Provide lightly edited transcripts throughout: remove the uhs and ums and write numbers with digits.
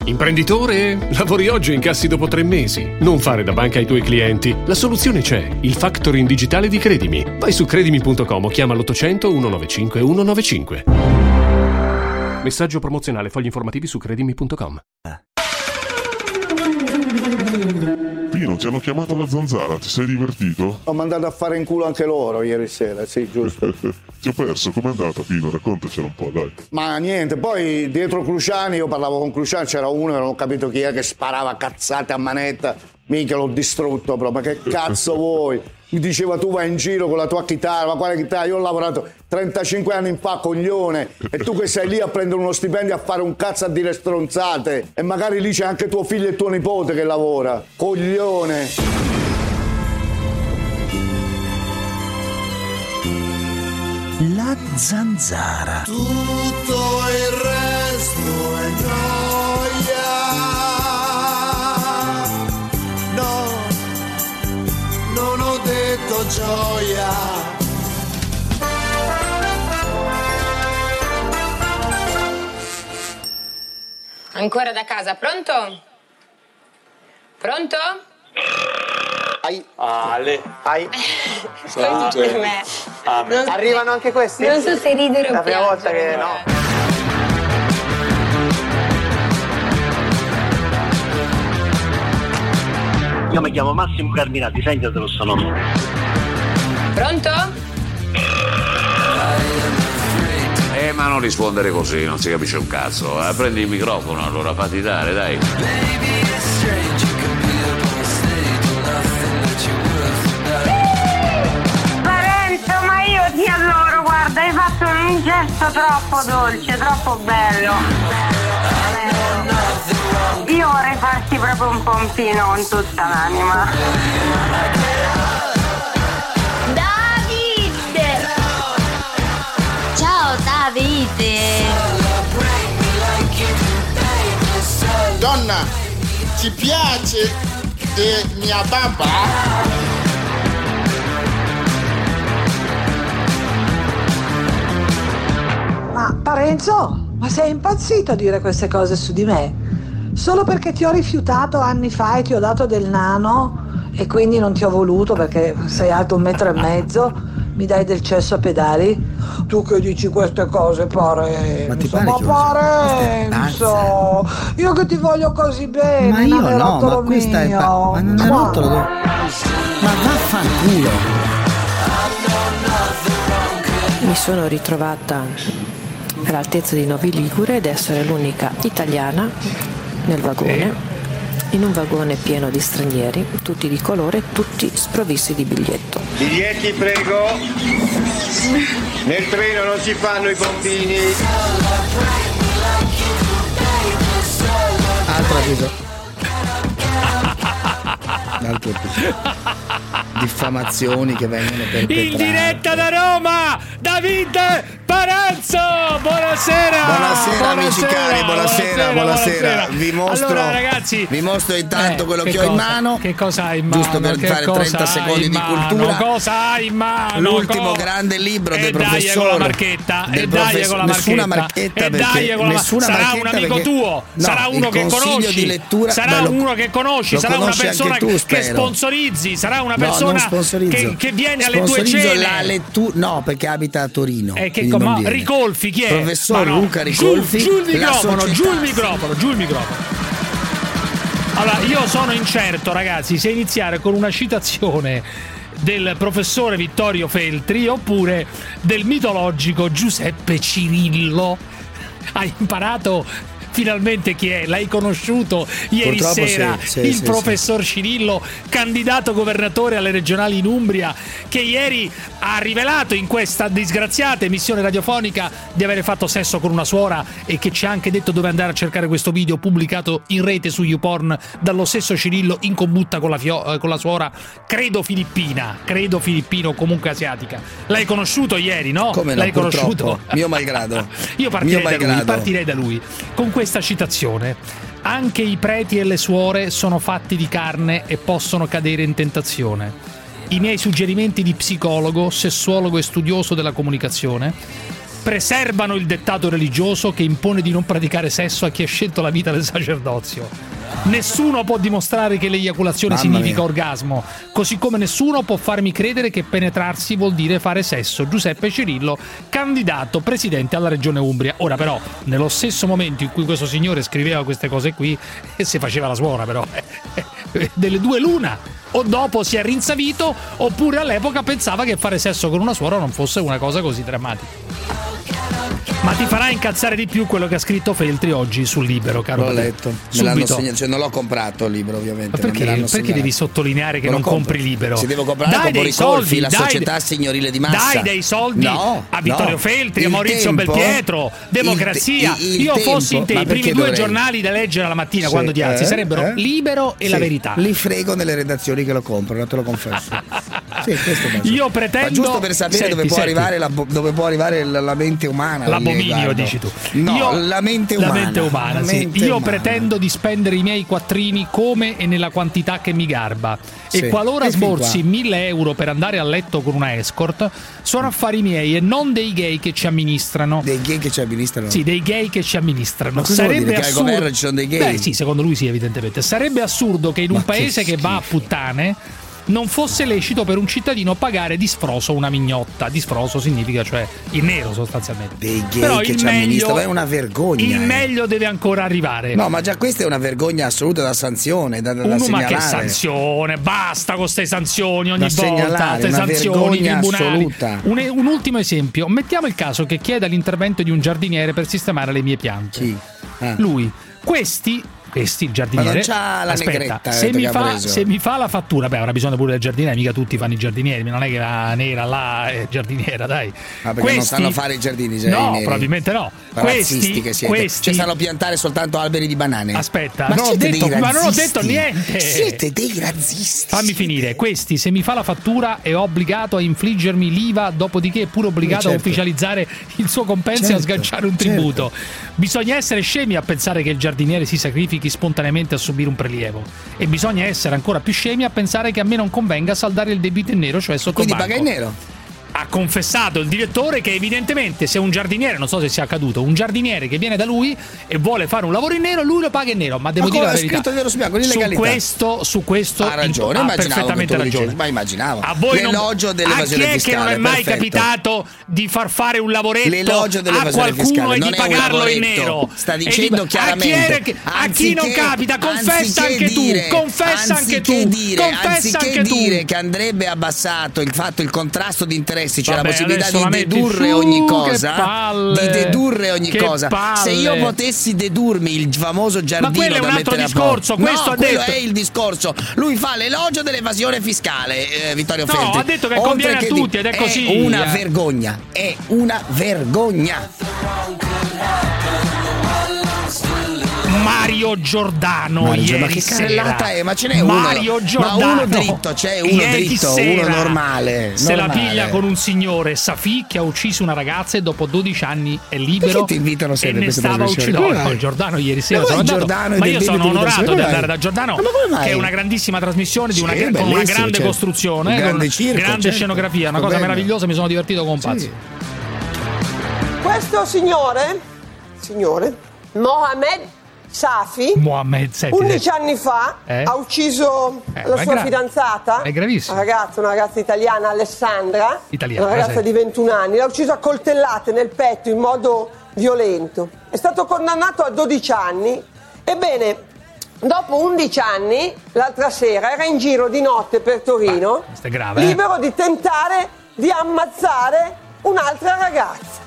Imprenditore? Lavori oggi e incassi dopo 3 mesi. Non fare da banca ai tuoi clienti. La soluzione c'è. Il factoring digitale di Credimi. Vai su credimi.com o chiama l'800 195 195. Messaggio promozionale. Fogli informativi su credimi.com. Pino, ti hanno chiamato alla zanzara, ti sei divertito? Ho mandato a fare in culo anche loro ieri sera, sì, giusto. Ti ho perso, com'è andata Pino? Raccontacelo un po', dai. Ma niente, poi dietro Cruciani, io parlavo con Cruciani, c'era uno, non ho capito chi è, che sparava cazzate a manetta. Minchia, l'ho distrutto proprio, ma che cazzo vuoi? Mi diceva tu vai in giro con la tua chitarra, ma quale chitarra? Io ho lavorato 35 anni fa, coglione, e tu che sei lì a prendere uno stipendio a fare un cazzo a dire stronzate, e magari lì c'è anche tuo figlio e tuo nipote che lavora, coglione. La zanzara. Tutto il resto è noia. No, non ho detto gioia. Ancora da casa, pronto? Pronto? Ai. Ale. Ai. Questo per me. Arrivano anche questi? Non so se ridere o la prima volta piangere. che no. Io mi chiamo Massimo Carminati, sentatelo sto nome. Pronto? Ma non rispondere così, non si capisce un cazzo. Prendi il microfono, allora fatti dare, dai. Parenzo, ma io ti adoro, guarda, hai fatto un gesto troppo dolce, troppo bello. Io vorrei farti proprio un pompino con tutta l'anima. Davide! Ciao Davide! Donna, ti piace mia babba? Ma Parenzo, ma sei impazzito a dire queste cose su di me? Solo perché ti ho rifiutato anni fa e ti ho dato del nano e quindi non ti ho voluto perché sei alto 1,5 metri, mi dai del cesso a pedali? Tu che dici queste cose, Parenzo? Ma Parenzo, io che ti voglio così bene, ma io no, ma mio. questa è ma non è rotolo. Ma vaffanculo. Mi sono ritrovata all'altezza di Novi Ligure ed essere l'unica italiana nel vagone, in un vagone pieno di stranieri, tutti di colore, tutti sprovvisti di biglietto. Biglietti, prego. Nel treno non si fanno i pompini. Altro avviso. Altro avviso. Diffamazioni che vengono perpetrate. In diretta da Roma, Davide Parenzo, buonasera. Buonasera amici cari, buonasera. Vi mostro, allora, ragazzi, vi mostro intanto quello che ho in mano. Che cosa hai in mano? Giusto per fare 30 secondi di cultura. Cosa hai in mano? L'ultimo grande libro del professor. Con la marchetta. Nessuna marchetta perché nessuna sarà marchetta un amico tuo, no, sarà uno che conosci, di lettura, sarà uno che conosci, sarà una persona che sponsorizzi, sarà una persona che viene alle tue cene. La lettura, no, perché abita a Torino. Ma Ricolfi chi è? Professor Luca Ricolfi. Giù il microfono. Allora, io sono incerto, ragazzi, se iniziare con una citazione del professore Vittorio Feltri oppure del mitologico Giuseppe Cirillo. Hai imparato finalmente chi è? L'hai conosciuto ieri Purtroppo sera? Il professor Cirillo, candidato governatore alle regionali in Umbria, che ieri ha rivelato in questa disgraziata emissione radiofonica di avere fatto sesso con una suora e che ci ha anche detto dove andare a cercare questo video pubblicato in rete su YouPorn dallo stesso Cirillo in combutta con la suora, credo filippino, comunque asiatica. L'hai conosciuto ieri, no? Come no? L'hai conosciuto? Mio malgrado. Io partirei da lui con questa citazione: anche i preti e le suore sono fatti di carne e possono cadere in tentazione. I miei suggerimenti di psicologo, sessuologo e studioso della comunicazione: preservano il dettato religioso che impone di non praticare sesso a chi ha scelto la vita del sacerdozio. Nessuno può dimostrare che l'eiaculazione significa orgasmo, così come nessuno può farmi credere che penetrarsi vuol dire fare sesso. Giuseppe Cirillo, candidato presidente alla regione Umbria. Ora però, nello stesso momento in cui questo signore scriveva queste cose qui, si faceva la suora però, delle due l'una, o dopo si è rinsavito oppure all'epoca pensava che fare sesso con una suora non fosse una cosa così drammatica. Ma ti farà incazzare di più quello che ha scritto Feltri oggi sul Libero, caro. L'ho letto, me l'hanno segnato, cioè non l'ho comprato il libro ovviamente. Ma perché devi sottolineare che non compri Libero? Se devo comprare compro Ricolfi, la società signorile di massa. Dai dei soldi a Vittorio Feltri, a Maurizio Belpietro, Democrazia. Io fossi in te, i primi due giornali da leggere alla mattina quando ti alzi sarebbero Libero e La Verità. Li frego nelle redazioni che lo comprano, te lo confesso. Sì, questo penso. Io pretendo, ma giusto per sapere dove può arrivare la mente umana. L'abominio, dici tu. No, la mente umana. Io pretendo di spendere i miei quattrini come e nella quantità che mi garba. E qualora sborsi 1.000 euro per andare a letto con una escort, sono affari miei e non dei gay che ci amministrano. Dei gay che ci amministrano? Sì, dei gay che ci amministrano. Ma cosa vuol dire? Che al governo ci sono dei gay? Beh, sì, secondo lui sì, evidentemente. Sarebbe assurdo che in un paese che va a puttane non fosse lecito per un cittadino pagare di sfroso una mignotta. Di sfroso significa cioè in nero sostanzialmente. Dei gay però che ci amministrano, è una vergogna. Il meglio deve ancora arrivare. No, ma già questa è una vergogna assoluta da sanzione, da segnalare. Ma che sanzione? Basta con queste sanzioni ogni da volta, queste sanzioni, tribunali. Assoluta. Un ultimo esempio. Mettiamo il caso che chieda l'intervento di un giardiniere per sistemare le mie piante. Sì. Lui. Questi il giardiniere, ma non c'ha la negretta, se mi fa la fattura, beh, avrà bisogno pure del giardiniere, mica tutti fanno i giardinieri, non è che la nera là è giardiniera, dai. Ma perché non sanno fare i giardini, no, probabilmente no. Questi cioè sanno piantare soltanto alberi di banane. Aspetta, ma non ho detto niente. Siete dei razzisti. Fammi finire. Questi, se mi fa la fattura, è obbligato a infliggermi l'IVA, dopodiché è pure obbligato a ufficializzare il suo compenso e a sganciare un tributo. Bisogna essere scemi a pensare che il giardiniere si sacrifichi spontaneamente a subire un prelievo, e bisogna essere ancora più scemi a pensare che a me non convenga saldare il debito in nero, cioè sotto banco. Quindi paga in nero. Ha confessato il direttore che evidentemente se un giardiniere, non so se sia accaduto, un giardiniere che viene da lui e vuole fare un lavoro in nero, lui lo paga in nero, ma devo dire la verità, scritto nero su bianco, su questo ha ragione, ha perfettamente ragione. Ma immaginavo. A voi l'elogio dell'evasione fiscale. A chi è che non è mai capitato di far fare un lavoretto a qualcuno e di pagarlo in nero? Sta dicendo chiaramente. A chi non capita, confessa anche tu. Confessa anche tu. Anziché dire che andrebbe abbassato il contrasto di interessi, c'è la possibilità di dedurre ogni cosa. Se io potessi dedurmi il famoso giardino da mettere a posto, questo quello è il discorso. Lui fa l'elogio dell'evasione fiscale, Vittorio Feltri. No, ha detto che conviene a tutti ed è così. È una vergogna. È una vergogna. Mario Giordano ieri ma che carrellata è? Ma ce n'è Mario Giordano. Ma uno dritto, c'è uno dritto, uno normale. Se la piglia con un signore, Safì, che ha ucciso una ragazza e dopo 12 anni è libero. Perché ti invitano sempre e ne stava uccidendo. No, Giordano ieri sera sono andato. Ma io sono onorato di andare da Giordano, che è una grandissima trasmissione di con una grande costruzione, grande scenografia, una cosa meravigliosa, mi sono divertito con un pazzo. Questo signore Mohamed Safi, 11 anni fa ha ucciso la sua fidanzata, è gravissimo. Una ragazza italiana, Alessandra, una ragazza di 21 anni, l'ha uccisa a coltellate nel petto in modo violento. È stato condannato a 12 anni. Ebbene, dopo 11 anni, l'altra sera era in giro di notte per Torino, libero di tentare di ammazzare un'altra ragazza.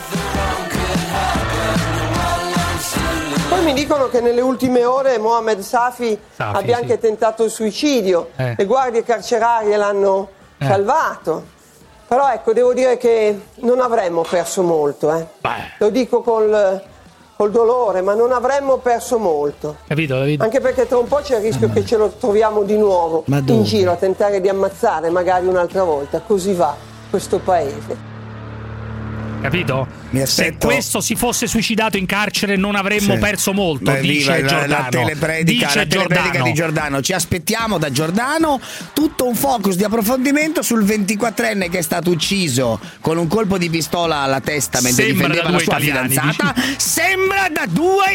Poi mi dicono che nelle ultime ore Mohamed Safi abbia anche tentato il suicidio. Le guardie carcerarie l'hanno salvato. Però ecco, devo dire che non avremmo perso molto. Lo dico col dolore, ma non avremmo perso molto. Capito? Anche perché tra un po' c'è il rischio che ce lo troviamo di nuovo in giro a tentare di ammazzare magari un'altra volta. Così va questo paese. Capito? Se questo si fosse suicidato in carcere non avremmo perso molto, dice Giordano. La telepredica di Giordano. Ci aspettiamo da Giordano tutto un focus di approfondimento sul 24enne che è stato ucciso con un colpo di pistola alla testa mentre difendeva la sua fidanzata. Sembra da due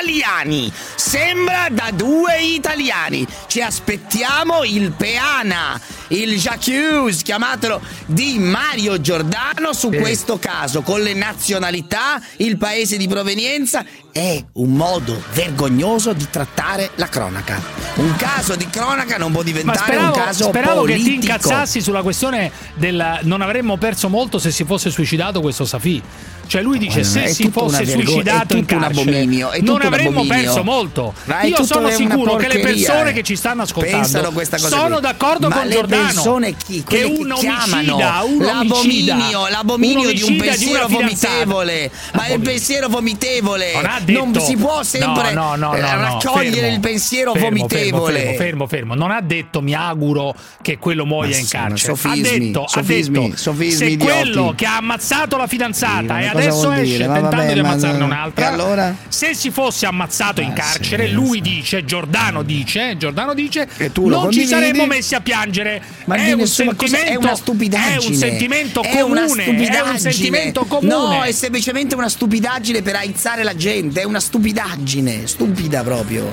italiani. Ci aspettiamo il peana, il J'accuse, chiamatelo, di Mario Giordano su questo caso, con le nazionalità, il paese di provenienza. È un modo vergognoso di trattare la cronaca. Un caso di cronaca non può diventare un caso speravo politico. Che ti incazzassi sulla questione del non avremmo perso molto se si fosse suicidato questo Safì. Cioè lui dice se si fosse suicidato in carcere non avremmo perso molto. Io sono sicuro che le persone che ci stanno ascoltando sono d'accordo con Giordano che un omicida, l'abominio di un pensiero vomitevole. Ma il pensiero vomitevole non si può sempre raccogliere il pensiero vomitevole. Fermo. Non ha detto mi auguro che quello muoia in carcere. Ha detto se quello che ha ammazzato la fidanzata e adesso esce tentando di ammazzarne un'altra, allora? Se si fosse ammazzato in carcere, lui dice, Giordano dice non ci saremmo messi a piangere. Ma è una stupidaggine. È un sentimento comune. No, è semplicemente una stupidaggine per aizzare la gente. È una stupidaggine, stupida proprio.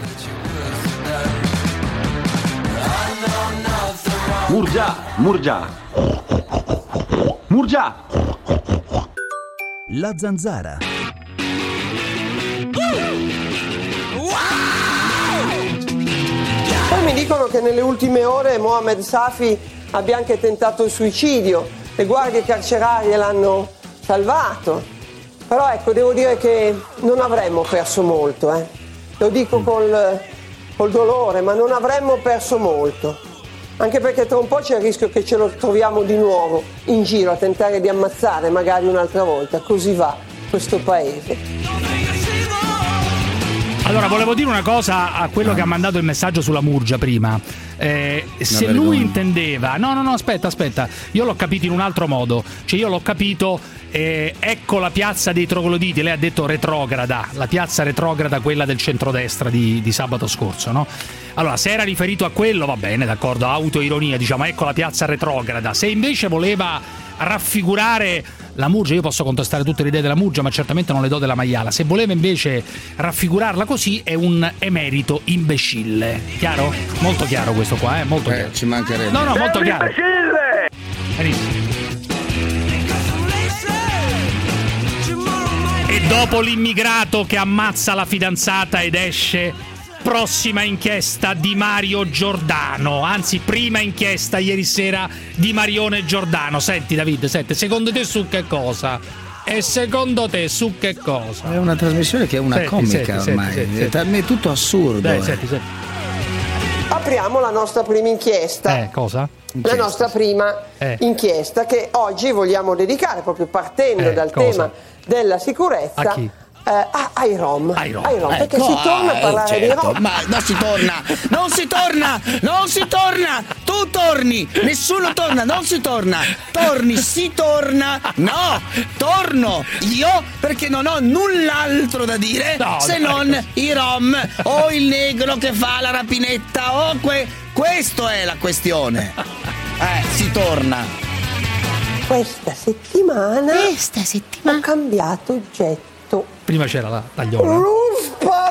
Murgia. La zanzara. Poi mi dicono che nelle ultime ore Mohamed Safi abbia anche tentato il suicidio. Le guardie carcerarie l'hanno salvato. Però ecco, devo dire che non avremmo perso molto. Lo dico col dolore, ma non avremmo perso molto. Anche perché tra un po' c'è il rischio che ce lo troviamo di nuovo in giro a tentare di ammazzare magari un'altra volta. Così va questo paese. Allora, volevo dire una cosa a quello che ha mandato il messaggio sulla Murgia prima. Se lui intendeva... No, aspetta. Io l'ho capito in un altro modo. Cioè io l'ho capito... ecco la piazza dei trogloditi. Lei ha detto retrograda. La piazza retrograda, quella del centrodestra di sabato scorso, no? Allora, se era riferito a quello, va bene, d'accordo, autoironia, diciamo, ecco la piazza retrograda. Se invece voleva raffigurare la Murgia, io posso contestare tutte le idee della Murgia, ma certamente non le do della maiala. Se voleva invece raffigurarla così, è un emerito imbecille. Chiaro? Molto chiaro questo qua, molto chiaro. Ci mancherebbe. No, molto chiaro. Imbecille! Benissimo. E dopo l'immigrato che ammazza la fidanzata ed esce, prossima inchiesta di Mario Giordano, anzi prima inchiesta ieri sera di Marione Giordano. Senti David, secondo te su che cosa? E secondo te su che cosa? È una trasmissione che è una comica ormai. È tutto assurdo. Senti. Apriamo la nostra prima inchiesta. Cosa? La nostra prima inchiesta che oggi vogliamo dedicare proprio partendo dal tema della sicurezza. A chi? Ai Rom, perché si torna a parlare di Rom. Ma non si torna, tu torni, nessuno torna, non si torna, si torna, no, torno io perché non ho null'altro da dire se non i Rom o il negro che fa la rapinetta o questo è la questione. Si torna. Questa settimana ho cambiato oggetto. Prima c'era la tagliola. Ruspa.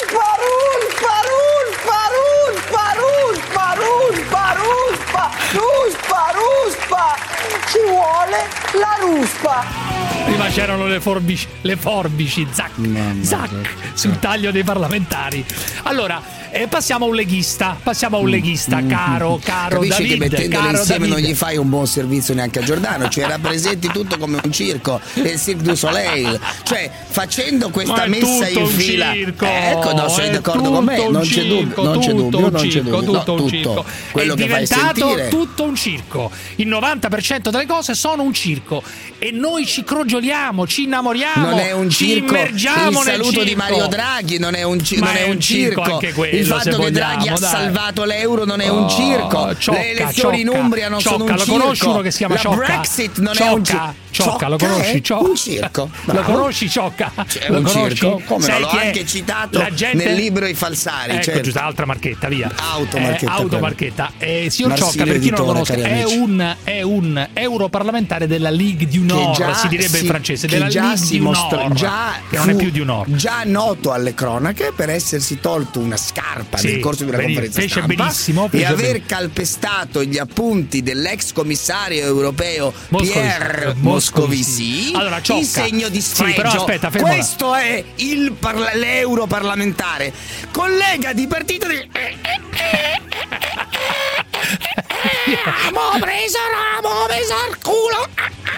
Ci vuole la ruspa. Prima c'erano le forbici, zac, sul taglio dei parlamentari. Allora, passiamo a un leghista, caro Capisci David. Che mettendole insieme David. non gli fai un buon servizio neanche a Giordano, cioè rappresenti tutto come un circo, il Cirque du Soleil, cioè facendo questa messa in fila. Ecco, no, sei d'accordo con me, non c'è dubbio. Quello che fai sentire. Tutto un circo. Il 90% delle cose sono un circo e noi ci crogioliamo, ci innamoriamo, non è un circo. ci immergiamo il saluto di Mario Draghi non è un circo. Anche quello. il fatto che Draghi ha salvato l'euro non è un circo. Le elezioni in Umbria non sono un circo. Lo conosci uno che si chiama la Ciocca? Brexit non è un circo. Ciocca, lo conosci? Un circo. Lo conosci Ciocca? Lo conosci? Circo? Come sai, l'ho anche citato nel libro I falsari. Ecco, certo. Giusto, altra marchetta, via. Automarchetta. Signor Ciocca, per chi non lo conosca, è un europarlamentare della Ligue du Nord, si direbbe in francese, della Ligue du Nord, che non è più du Nord. Già noto alle cronache per essersi tolto una scarpa nel corso di una conferenza stampa e aver calpestato gli appunti dell'ex commissario europeo Pierre Moscovici in segno di sfregio. Però aspetta, questo è l'europarlamentare, collega di partito di Abbiamo preso il culo.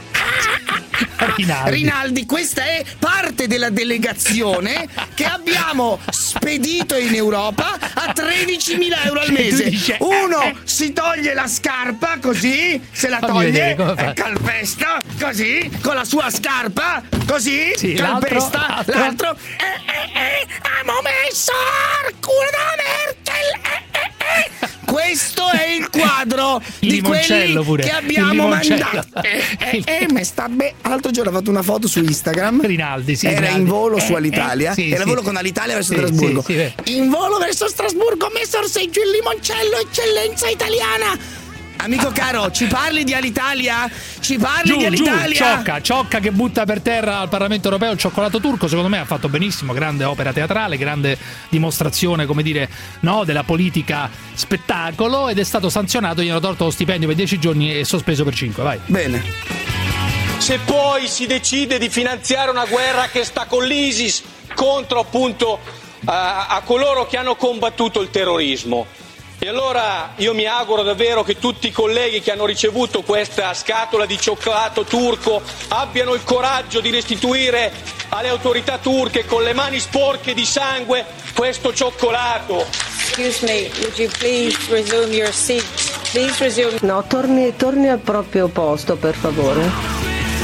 Rinaldi, questa è parte della delegazione che abbiamo spedito in Europa a 13.000 euro al mese. Uno si toglie la scarpa così, se la toglie e calpesta così, con la sua scarpa così, calpesta. L'altro abbiamo messo il culo da Merkel. Questo è il quadro di quelli che abbiamo mandato. L'altro giorno ho fatto una foto su Instagram. Rinaldi, era in volo su Alitalia. Era in volo con Alitalia verso Strasburgo. In volo verso Strasburgo ho messo sorseggio il limoncello, eccellenza italiana. Amico caro, ci parli di Alitalia? Ci parli di Alitalia? Ciocca che butta per terra al Parlamento europeo il cioccolato turco, secondo me ha fatto benissimo, grande opera teatrale, grande dimostrazione, come dire, no, della politica spettacolo, ed è stato sanzionato, gli hanno tolto lo stipendio per 10 giorni e sospeso per 5, vai. Bene. Se poi si decide di finanziare una guerra che sta con l'ISIS contro appunto a coloro che hanno combattuto il terrorismo, e allora io mi auguro davvero che tutti i colleghi che hanno ricevuto questa scatola di cioccolato turco abbiano il coraggio di restituire alle autorità turche con le mani sporche di sangue questo cioccolato. Excuse me, would you please resume your seat? Please resume. No, torni al proprio posto, per favore.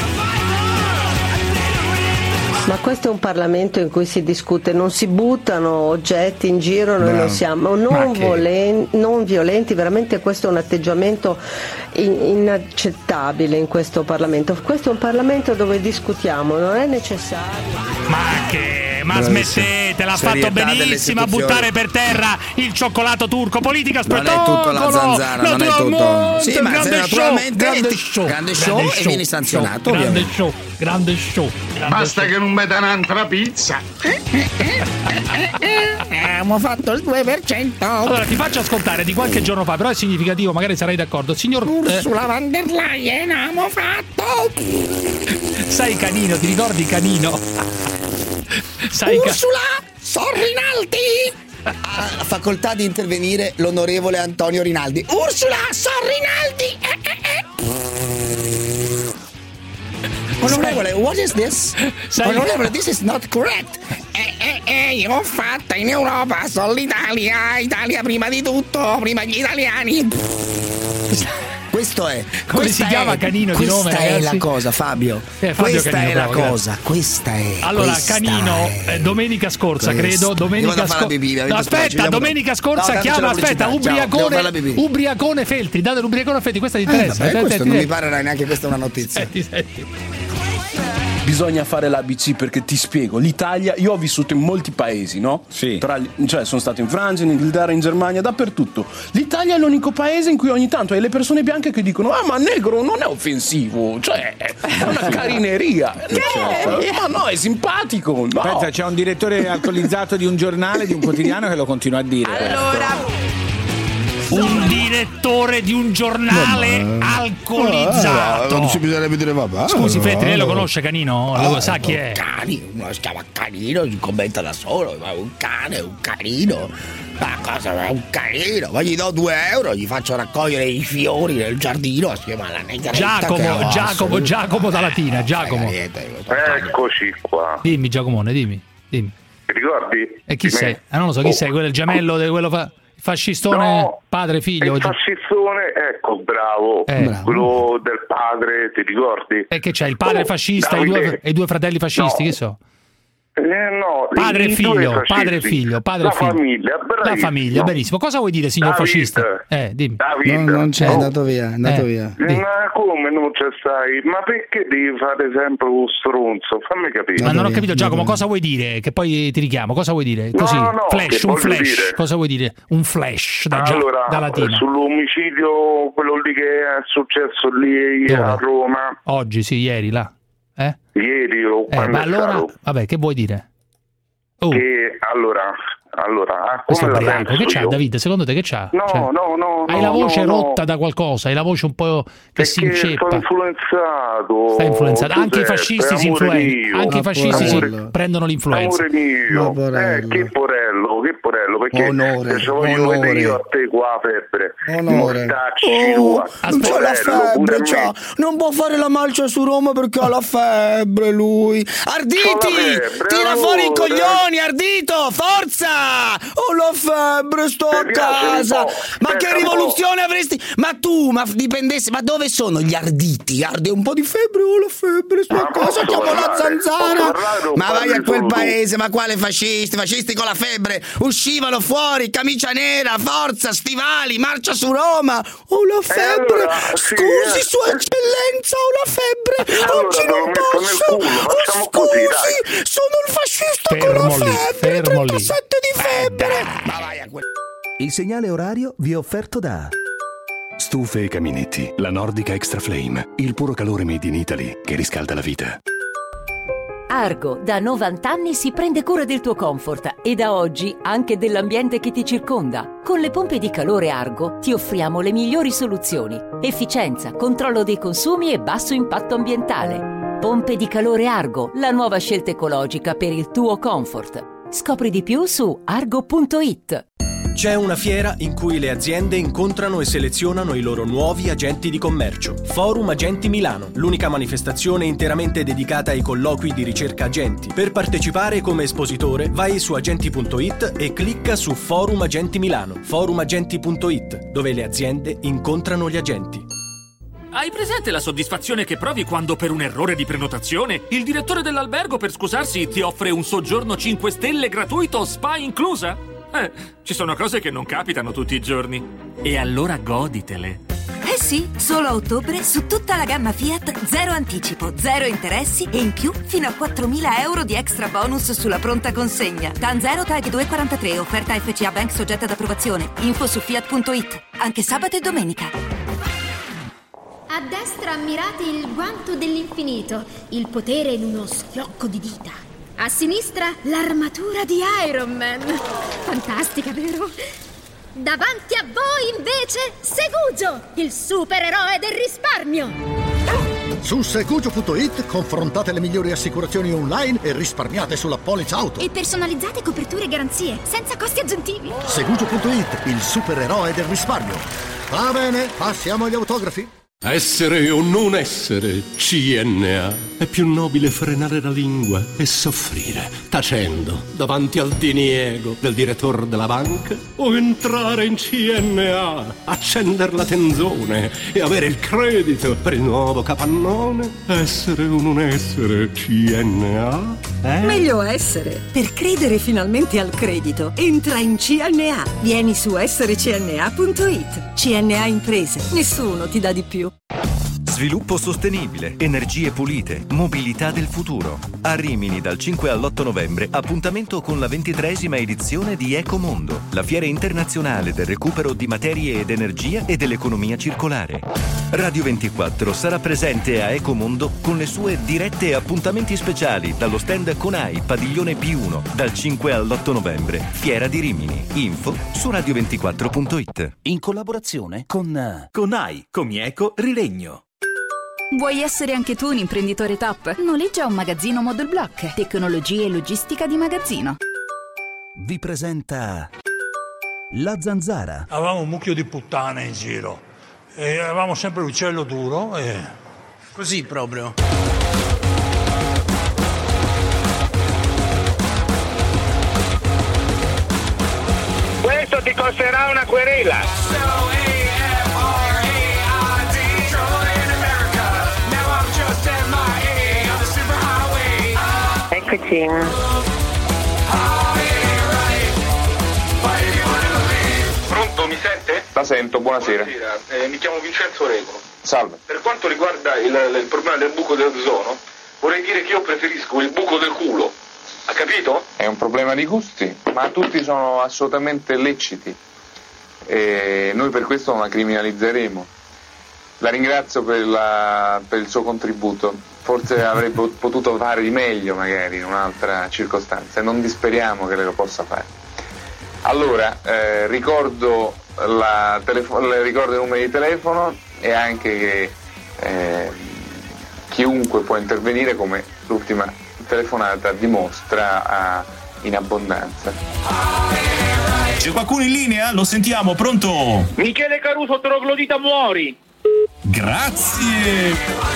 Ma questo è un Parlamento in cui si discute, non si buttano oggetti in giro, noi non siamo non violenti, veramente questo è un atteggiamento inaccettabile in questo Parlamento. Questo è un Parlamento dove discutiamo, non è necessario. Ma smettete, l'ha fatto benissimo a buttare per terra il cioccolato turco. Politica spettacolo. Non è tutto la zanzara, non è tutto. Sì, ma grande show e vieni sanzionato. Grande show. Basta che non mi dà un'altra pizza. Abbiamo fatto il 2%. Allora ti faccio ascoltare di qualche giorno fa, però è significativo, magari sarai d'accordo. Signor Ursula von der Leyen, abbiamo fatto. Sai Canino, ti ricordi Canino? Ursula Rinaldi. Ha facoltà di intervenire l'onorevole Antonio Rinaldi. Ursula Rinaldi. Onorevole, what is this? Onorevole, this is not correct. Io ho fatta in Europa, sono l'Italia, Italia prima di tutto, prima gli italiani. Questo è. Come si chiama Canino di nome, ragazzi? Questa è la cosa, Fabio. Questa Canino, è la cosa. Questa è. Allora, Canino, domenica scorsa, credo. Domenica scorsa. Domenica scorsa chiama. Aspetta, Ubriacone Feltri. Date l'Ubriacone Feltri, questa ti interessa. Questo non mi pare neanche questa è una notizia. Senti. Bisogna fare l'ABC perché ti spiego, l'Italia, io ho vissuto in molti paesi, no? Sì. Cioè sono stato in Francia, in Inghilterra, in Germania, dappertutto. L'Italia è l'unico paese in cui ogni tanto hai le persone bianche che dicono ma negro non è offensivo, cioè è una carineria. Ma no, è simpatico. No. Aspetta, c'è un direttore alcolizzato di un giornale, di un quotidiano che lo continua a dire. Allora, un direttore di un giornale alcolizzato. Non si bisognerebbe dire vabbè. Scusi Feltri, lei lo conosce Canino? Lo sa chi è? Canino, si chiama Canino, si commenta da solo, ma un cane, un canino. Ma cosa, è un canino? Ma gli do 2 euro, gli faccio raccogliere i fiori nel giardino assieme alla negretta. Giacomo da Latina, Giacomo. Eccoci qua. Dimmi Giacomone, dimmi. Ti ricordi? E chi sei? Non lo so, chi sei? Quello il gemello di quello fascistone, no, padre figlio. Il fascistone, ecco, bravo. Quello del padre, ti ricordi? E che c'è? Il padre fascista e i due fratelli fascisti, che so? No, padre e figlio, la famiglia, benissimo. Cosa vuoi dire, signor fascista? Dimmi. David, non c'è, è andato via. Ma come non c'è stai? Ma perché devi fare sempre un stronzo? Fammi capire. Ma non ho capito, Giacomo, cosa vuoi dire? Che poi ti richiamo, cosa vuoi dire? Così, un flash. Dire. Cosa vuoi dire? Un flash da latino. Sull'omicidio, quello lì che è successo lì a Roma. Oggi, sì, ieri, là. Ieri o quando ma allora, vabbè, che vuoi dire? Che allora, come la penso che c'ha, David? Secondo te che c'ha? No. Hai la voce rotta da qualcosa, hai la voce un po' che si inceppa. Stai influenzato. Anche i fascisti si prendono l'influenza. Amore mio, che porello, perché se voglio vedere io a te qua la febbre. Non c'ha la febbre, non può fare la marcia su Roma perché ha la febbre lui. Arditi, tira fuori i coglioni, Ardito, forza! Ho la febbre, sto a casa. Ma che rivoluzione avresti? Ma tu, dipendessi, ma dove sono gli arditi? Arde un po' di febbre, ho la febbre, sto a casa, chiamo la zanzara. Ma vai a quel paese, ma quale fascisti? Fascisti con la febbre uscivano fuori, camicia nera, forza, stivali, marcia su Roma. Ho la febbre. Scusi, Sua Eccellenza, ho la febbre. Oggi non posso. Scusi, sono il fascista con la febbre. 37 di febbre. Ma vai a quel... Il segnale orario vi è offerto da Stufe e Caminetti, la Nordica Extra Flame, il puro calore made in Italy che riscalda la vita. Argo da 90 anni si prende cura del tuo comfort e da oggi anche dell'ambiente che ti circonda. Con le pompe di calore Argo ti offriamo le migliori soluzioni: efficienza, controllo dei consumi e basso impatto ambientale. Pompe di calore Argo, la nuova scelta ecologica per il tuo comfort. Scopri di più su argo.it. C'è una fiera in cui le aziende incontrano e selezionano i loro nuovi agenti di commercio. Forum Agenti Milano, l'unica manifestazione interamente dedicata ai colloqui di ricerca agenti. Per partecipare come espositore, vai su agenti.it e clicca su Forum Agenti Milano, forumagenti.it, dove le aziende incontrano gli agenti. Hai presente la soddisfazione che provi quando per un errore di prenotazione il direttore dell'albergo, per scusarsi, ti offre un soggiorno 5 stelle gratuito, spa inclusa? Ci sono cose che non capitano tutti i giorni. E allora goditele. Sì, solo a ottobre su tutta la gamma Fiat, 0 anticipo, 0 interessi e in più fino a 4.000 euro di extra bonus sulla pronta consegna. TAN 0 TAG 243, offerta FCA Bank soggetta ad approvazione. Info su fiat.it, anche sabato e domenica. A destra ammirate il guanto dell'infinito, il potere in uno schiocco di dita. A sinistra l'armatura di Iron Man. Fantastica, vero? Davanti a voi invece Segugio, il supereroe del risparmio. Su segugio.it confrontate le migliori assicurazioni online e risparmiate sulla polizza auto. E personalizzate coperture e garanzie senza costi aggiuntivi. Segugio.it, il supereroe del risparmio. Va bene, passiamo agli autografi. Essere o non essere CNA. È più nobile frenare la lingua e soffrire, tacendo, davanti al diniego del direttore della banca, o entrare in CNA, accendere la tenzone e avere il credito per il nuovo capannone. Essere o non essere CNA? Meglio essere. Per credere finalmente al credito, entra in CNA. Vieni su esserecna.it. CNA Imprese. Nessuno ti dà di più. Sviluppo sostenibile, energie pulite, mobilità del futuro. A Rimini dal 5 all'8 novembre appuntamento con la 23esima edizione di Ecomondo, la fiera internazionale del recupero di materie ed energia e dell'economia circolare. Radio 24 sarà presente a Ecomondo con le sue dirette e appuntamenti speciali dallo stand Conai Padiglione P1 dal 5 all'8 novembre. Fiera di Rimini. Info su radio24.it. In collaborazione con Conai, Comieco, Rilegno. Vuoi essere anche tu un imprenditore top? Noleggia un magazzino Model Block. Tecnologia e logistica di magazzino. Vi presenta La Zanzara. Avevamo un mucchio di puttane in giro e avevamo sempre l'uccello duro e... Così proprio. Questo ti costerà una querela. Eccoci. Pronto, mi sente? La sento, buonasera. Buonasera, mi chiamo Vincenzo Regolo. Salve. Per quanto riguarda il problema del buco dell'ozono, vorrei dire che io preferisco il buco del culo. Ha capito? È un problema di gusti, ma tutti sono assolutamente leciti. E noi per questo non la criminalizzeremo. La ringrazio per il suo contributo. Forse avrebbe potuto fare di meglio magari in un'altra circostanza e non disperiamo che lei lo possa fare. Allora, ricordo ricordo i numeri di telefono e anche che chiunque può intervenire, come l'ultima telefonata dimostra, in abbondanza. C'è qualcuno in linea? Lo sentiamo, pronto? Michele Caruso, troglodita, muori! Grazie!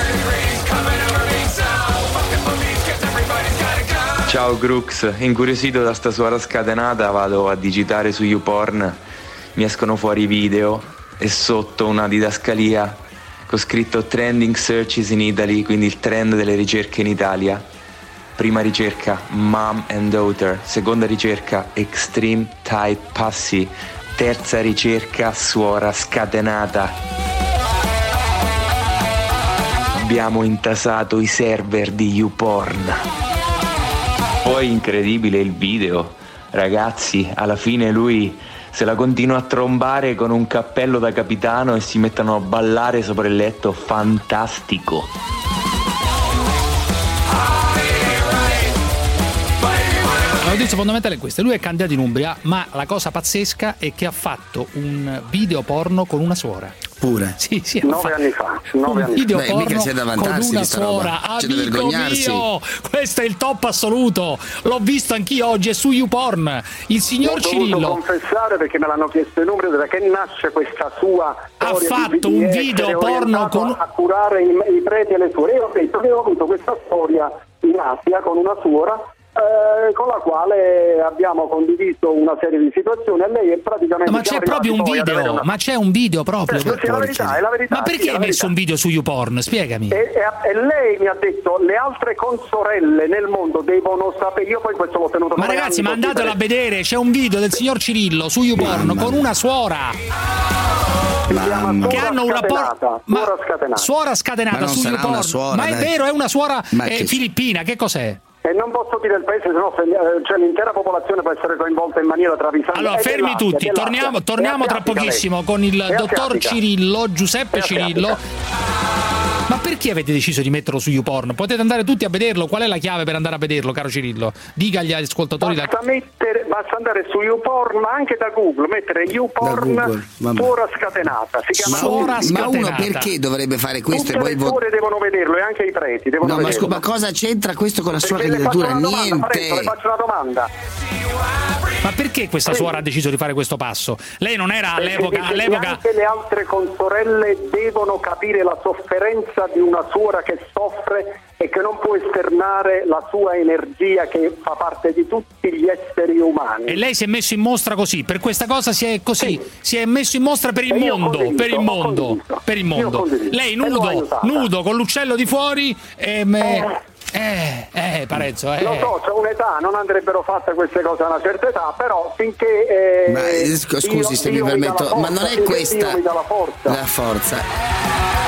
Ciao Crux, incuriosito da sta suora scatenata vado a digitare su YouPorn, mi escono fuori video e sotto una didascalia con scritto Trending Searches in Italy, quindi il trend delle ricerche in Italia. Prima ricerca Mom and Daughter, seconda ricerca Extreme Tight Pussy, terza ricerca suora scatenata. Abbiamo intasato i server di YouPorn. Poi incredibile il video, ragazzi, alla fine lui se la continua a trombare con un cappello da capitano e si mettono a ballare sopra il letto, fantastico. La notizia fondamentale è questa: lui è candidato in Umbria, ma la cosa pazzesca è che ha fatto un video porno con una suora. Pure? Sì, 9 anni fa. 9 anni video fa. porno mica c'è da vantarsi con una di sta suora. roba. C'è da Amico vergognarsi. mio, questo è il top assoluto. L'ho visto anch'io oggi, è su YouPorn. Il signor Cirillo. Devo confessare, perché me l'hanno chiesto in Umbria, da che nasce questa sua ha storia fatto di un video porno con a curare i preti e le suore. Io ho detto che ho avuto questa storia in Asia con una suora, con la quale abbiamo condiviso una serie di situazioni, e lei è praticamente... Ma c'è proprio un video, ma c'è un video proprio. Sì, è la verità, è la verità. Ma perché hai messo un video su YouPorn? Spiegami. E lei mi ha detto: le altre consorelle nel mondo devono sapere. Io poi questo l'ho tenuto. Ma ragazzi, mandatelo a vedere, c'è un video del signor Cirillo su YouPorn con una suora. Che hanno un rapporto. Suora scatenata su YouPorn. Ma è vero, è una suora filippina, che cos'è? E non posso dire il paese, sennò cioè, l'intera popolazione può essere coinvolta in maniera travisante. Allora, fermi tutti, torniamo tra pochissimo con il dottor Cirillo, Giuseppe Cirillo. Ma perché avete deciso di metterlo su YouPorn? Potete andare tutti a vederlo. Qual è la chiave per andare a vederlo, caro Cirillo? Dica agli ascoltatori. Basta andare su YouPorn, ma anche da Google, mettere YouPorn suora scatenata. Si chiama suora scatenata. Ma uno perché dovrebbe fare questo? Tutte le suore devono vederlo, e anche i preti devono vederlo. Ma cosa c'entra questo con la sua candidatura? Niente. Le faccio una domanda. Ma perché questa suora ha deciso di fare questo passo? Lei non era all'epoca. Anche le altre consorelle devono capire la sofferenza di una suora che soffre e che non può esternare la sua energia, che fa parte di tutti gli esseri umani. E lei si è messo in mostra così, per questa cosa si è così, si è messo in mostra per il mondo, per il mondo. Lei nudo con l'uccello di fuori Parenzo, Lo so, c'è un'età, non andrebbero fatte queste cose a una certa età, però finché scusi se mi permetto, ma non è questa la forza.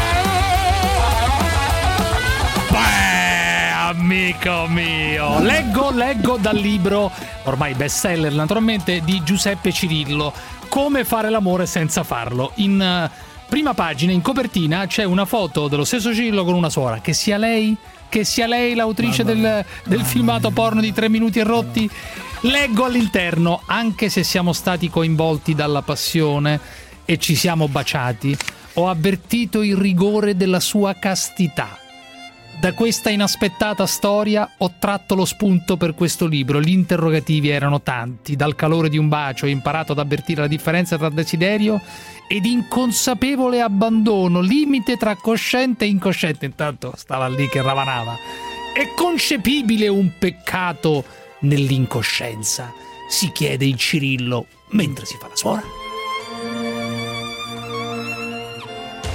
Amico mio, leggo dal libro, ormai bestseller naturalmente, di Giuseppe Cirillo, Come fare l'amore senza farlo. In prima pagina, in copertina, c'è una foto dello stesso Cirillo con una suora. Che sia lei l'autrice del filmato porno di 3 minuti e rotti? Leggo all'interno: anche se siamo stati coinvolti dalla passione e ci siamo baciati, ho avvertito il rigore della sua castità. Da questa inaspettata storia ho tratto lo spunto per questo libro. Gli interrogativi erano tanti. Dal calore di un bacio ho imparato ad avvertire la differenza tra desiderio ed inconsapevole abbandono, limite tra cosciente e incosciente. Intanto stava lì che ravanava. È concepibile un peccato nell'incoscienza? Si chiede il Cirillo mentre si fa la suora.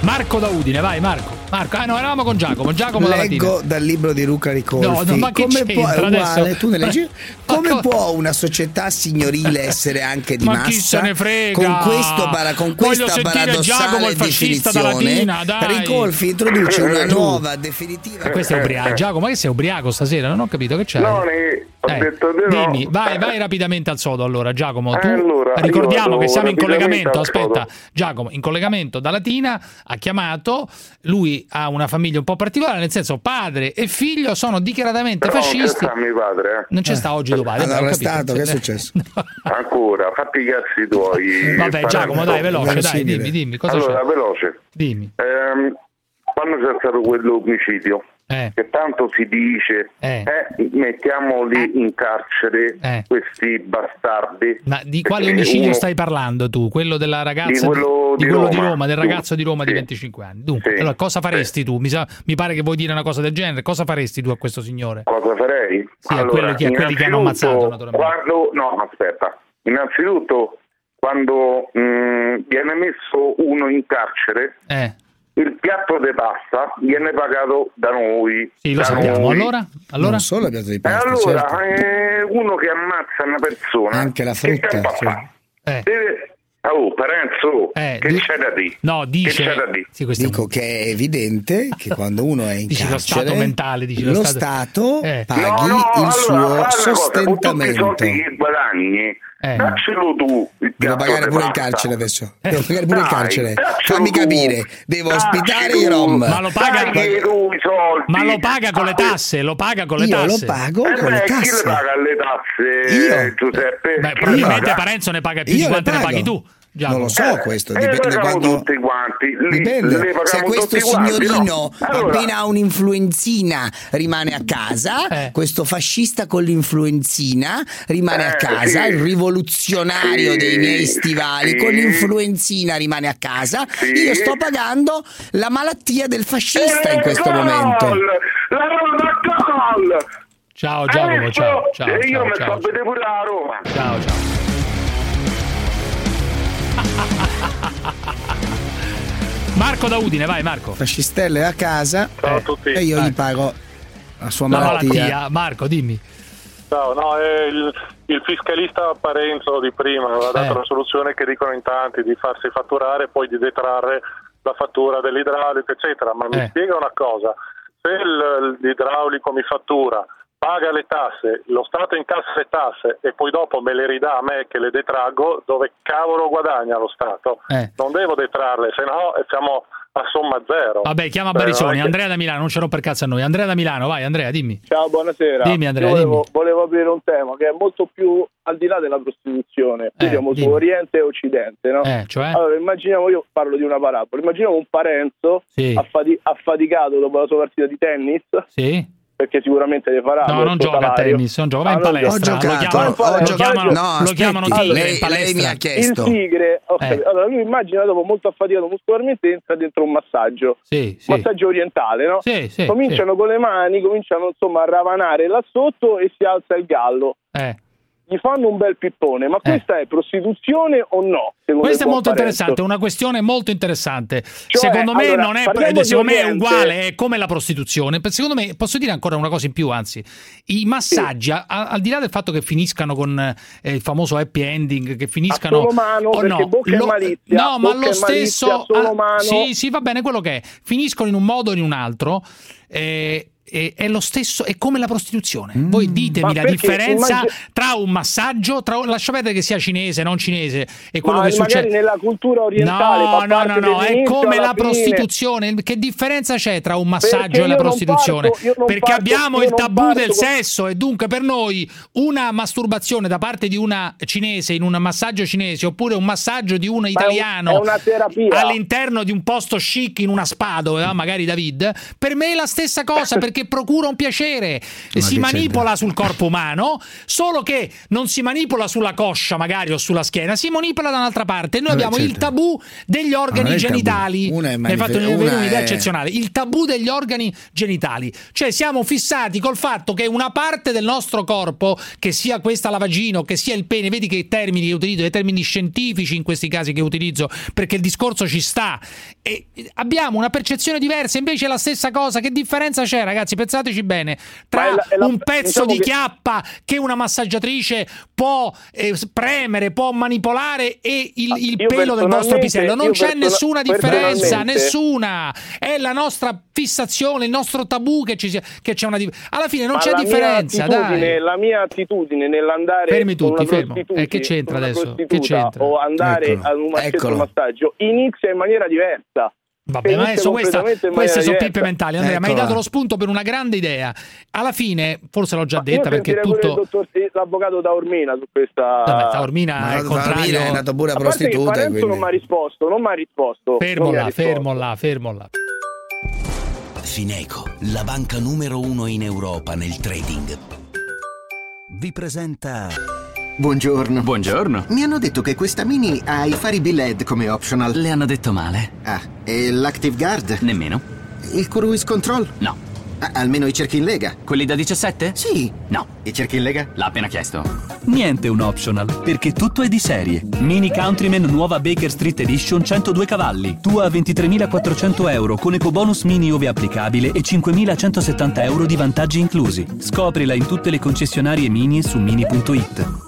Marco da Udine, vai Marco. No, eravamo con Giacomo. Leggo dal libro di Luca Ricolfi. No, ma che come può, c'entra uguale, adesso? tu ne leggi? Come può una società signorile essere anche di ma massa? Chi se ne frega? Con questa paradossale definizione, Ricolfi introduce una nuova definitiva. Questo è ubriaco. Giacomo, ma che sei ubriaco stasera? Non ho capito che c'è. No, ho detto di no. Dimmi, vai rapidamente al sodo allora, Giacomo. Ricordiamo che siamo in collegamento. Aspetta, Giacomo, in collegamento da Latina, ha chiamato. Lui ha una famiglia un po' particolare, nel senso padre e figlio sono dichiaratamente fascisti. Non c'è mio padre. Non c'è sta oggi tuo padre. Allora, che è successo? Ancora, fatti i cazzi tuoi. Vabbè, Giacomo, dai, veloce, dai, dimmi cosa c'è. Allora, veloce. Dimmi. Quando c'è stato quell'omicidio, che tanto si dice, mettiamoli in carcere questi bastardi. Ma di quale omicidio stai parlando tu? Quello della ragazza di Roma, del ragazzo di Roma di 25 anni. Dunque, allora, cosa faresti tu? Mi pare che vuoi dire una cosa del genere. Cosa faresti tu a questo signore? Cosa farei? Sì, allora, a quelli che hanno ammazzato, naturalmente. Innanzitutto, quando viene messo uno in carcere, il piatto di pasta viene pagato da noi. Sì, lo sappiamo. Allora? Non solo il piatto di pasta. Allora, certo. Uno che ammazza una persona, anche la frutta. Deve... Parenzo, che c'è da dire? No, dice. Dico che è evidente che quando uno è in carcere, lo stato mentale, lo Stato paghi il suo sostentamento. Tutti i soldi che guadagni, daccelo tu. Devo pagare pure il carcere adesso. Devo pagare pure il carcere. Fammi capire, devo ospitare i Rom. Ma lo paga con le tasse. Lo paga con le tasse. Io lo pago con le tasse. Chi le paga le tasse, io, Giuseppe? Probabilmente Parenzo ne paga più di quante ne paghi tu. Non lo so, questo dipende quando. Tutti quanti. Dipende. Se questo signorino appena ha un'influenzina rimane a casa, questo fascista con l'influenzina rimane a casa, il rivoluzionario dei miei stivali con l'influenzina rimane a casa, io sto pagando la malattia del fascista in questo momento. Ciao Giacomo, ciao. Io mi sto a vedere pure a Roma. Ciao. Marco da Udine, vai Marco. Fascistelle a casa. Ciao a tutti. E io gli pago la sua malattia. Marco, dimmi. Ciao, il fiscalista Parenzo di prima aveva dato una soluzione che dicono in tanti, di farsi fatturare e poi di detrarre la fattura dell'idraulico, eccetera. Ma mi spiega una cosa: se l'idraulico mi fattura, paga le tasse, lo Stato incassa le tasse e poi dopo me le ridà a me che le detraggo, dove cavolo guadagna lo Stato? Non devo detrarle, se no siamo a somma zero. Vabbè, chiama Barisoni. Andrea da Milano, non ce l'ho per cazzo a noi. Andrea da Milano, vai Andrea, dimmi. Ciao, buonasera. Dimmi Andrea, volevo aprire un tema che è molto più al di là della prostituzione. Qui siamo su Oriente e Occidente, no? Cioè? Allora, immaginiamo, io parlo di una parabola, immaginiamo un Parenzo affaticato dopo la sua partita di tennis. Sì. Perché sicuramente le farà. No, non gioca a tennis, non gioca, va in palestra. Lo chiamano tigre in palestra. Lei mi ha chiesto. Il tigre, allora lui immagina dopo molto affaticato muscolarmente entra dentro un massaggio. Massaggio orientale, no? Cominciano con le mani, cominciano insomma a ravanare là sotto e si alza il gallo. Gli fanno un bel pippone, ma questa è prostituzione o no? Questo è molto interessante, una questione molto interessante. Secondo me non è, secondo me è uguale, è come la prostituzione. Secondo me, posso dire ancora una cosa in più, anzi, i massaggi, al di là del fatto che finiscano con il famoso happy ending, che finiscano solo mano, perché bocca e malizia, no, ma lo stesso solo mano. Sì, va bene, quello che è. Finiscono in un modo o in un altro. È lo stesso, è come la prostituzione. Voi ditemi la differenza tra un massaggio, lascia perdere che sia cinese, non cinese, e quello che succede nella cultura orientale. No, è come la prostituzione. Che differenza c'è tra un massaggio e la prostituzione? Perché abbiamo il tabù del sesso e dunque per noi una masturbazione da parte di una cinese in un massaggio cinese oppure un massaggio di uno italiano è una terapia all'interno di un posto chic in una spa dove va magari David, per me è la stessa cosa, perché perché procura un piacere. Si manipola sul corpo umano, solo che non si manipola sulla coscia magari o sulla schiena, si manipola da un'altra parte. Noi abbiamo il tabù degli organi genitali. Mi hai fatto un'idea eccezionale. Il tabù degli organi genitali, cioè siamo fissati col fatto che una parte del nostro corpo, che sia questa la vagina o che sia il pene, vedi che termini che utilizzo, dei termini scientifici in questi casi che utilizzo, perché il discorso ci sta, e abbiamo una percezione diversa. Invece è la stessa cosa. Che differenza c'è, ragazzi? Pensateci bene, tra un pezzo di chiappa che una massaggiatrice può premere, può manipolare, e il pelo del vostro pisello. Non c'è nessuna differenza, nessuna. È la nostra fissazione, il nostro tabù che c'è una alla fine non c'è differenza. La mia attitudine nell'andare fermi tutti, che c'entra adesso? Che c'entra? O andare ad un massaggio inizia in maniera diversa. Vabbè, ma adesso queste sono pippe mentali, Andrea. Mi hai dato lo spunto per una grande idea. Alla fine, forse l'ho già detta, perché tutto l'avvocato Taormina su questa. Vabbè, Taormina è il contrario. È andato pure a prostituta. Non mi ha risposto. Fermo là. Fineco, la banca numero 1 in Europa nel trading, vi presenta. Buongiorno. Mi hanno detto che questa Mini ha i fari B-LED come optional. Le hanno detto male. Ah, e l'Active Guard? Nemmeno. Il Cruise Control? No. Almeno i cerchi in lega? Quelli da 17? Sì. No. I cerchi in lega? L'ha appena chiesto. Niente un optional, perché tutto è di serie. Mini Countryman nuova Baker Street Edition 102 cavalli. Tua a 23.400 euro con ecobonus mini ove applicabile e 5.170 euro di vantaggi inclusi. Scoprila in tutte le concessionarie Mini e su mini.it.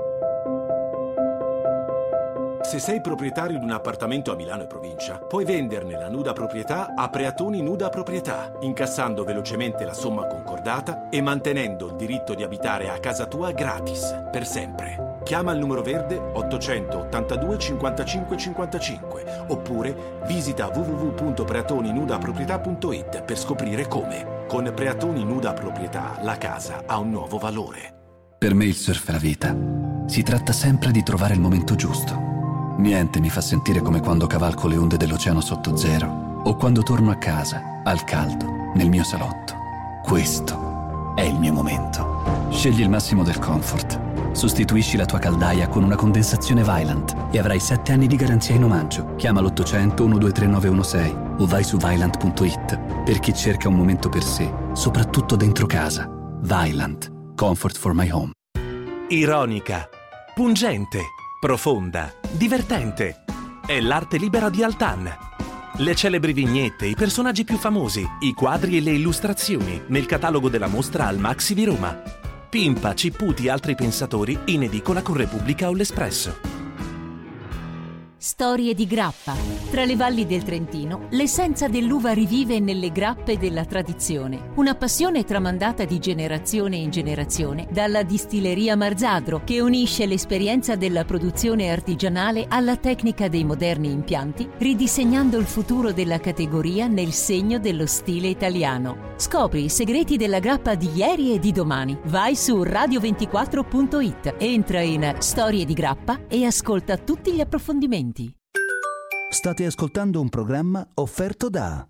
Se sei proprietario di un appartamento a Milano e provincia, puoi venderne la nuda proprietà a Preatoni Nuda Proprietà, incassando velocemente la somma concordata e mantenendo il diritto di abitare a casa tua gratis, per sempre. Chiama il numero verde 882 55 55 oppure visita www.preatoninudaproprietà.it per scoprire come. Con Preatoni Nuda Proprietà la casa ha un nuovo valore. Per me il surf è la vita. Si tratta sempre di trovare il momento giusto. Niente mi fa sentire come quando cavalco le onde dell'oceano sotto zero o quando torno a casa, al caldo, nel mio salotto. Questo è il mio momento. Scegli il massimo del comfort. Sostituisci la tua caldaia con una condensazione Vaillant e avrai 7 anni di garanzia in omaggio. Chiama l'800 123 916 o vai su Vaillant.it. Per chi cerca un momento per sé, soprattutto dentro casa. Vaillant. Comfort for my home. Ironica, pungente, profonda, divertente. È l'arte libera di Altan. Le celebri vignette, i personaggi più famosi, i quadri e le illustrazioni nel catalogo della mostra al Maxi di Roma. Pimpa, Cipputi e altri pensatori in edicola con Repubblica o l'Espresso. Storie di grappa. Tra le valli del Trentino, l'essenza dell'uva rivive nelle grappe della tradizione. Una passione tramandata di generazione in generazione dalla distilleria Marzadro, che unisce l'esperienza della produzione artigianale alla tecnica dei moderni impianti, ridisegnando il futuro della categoria nel segno dello stile italiano. Scopri i segreti della grappa di ieri e di domani. Vai su radio24.it, entra in Storie di grappa e ascolta tutti gli approfondimenti. State ascoltando un programma offerto da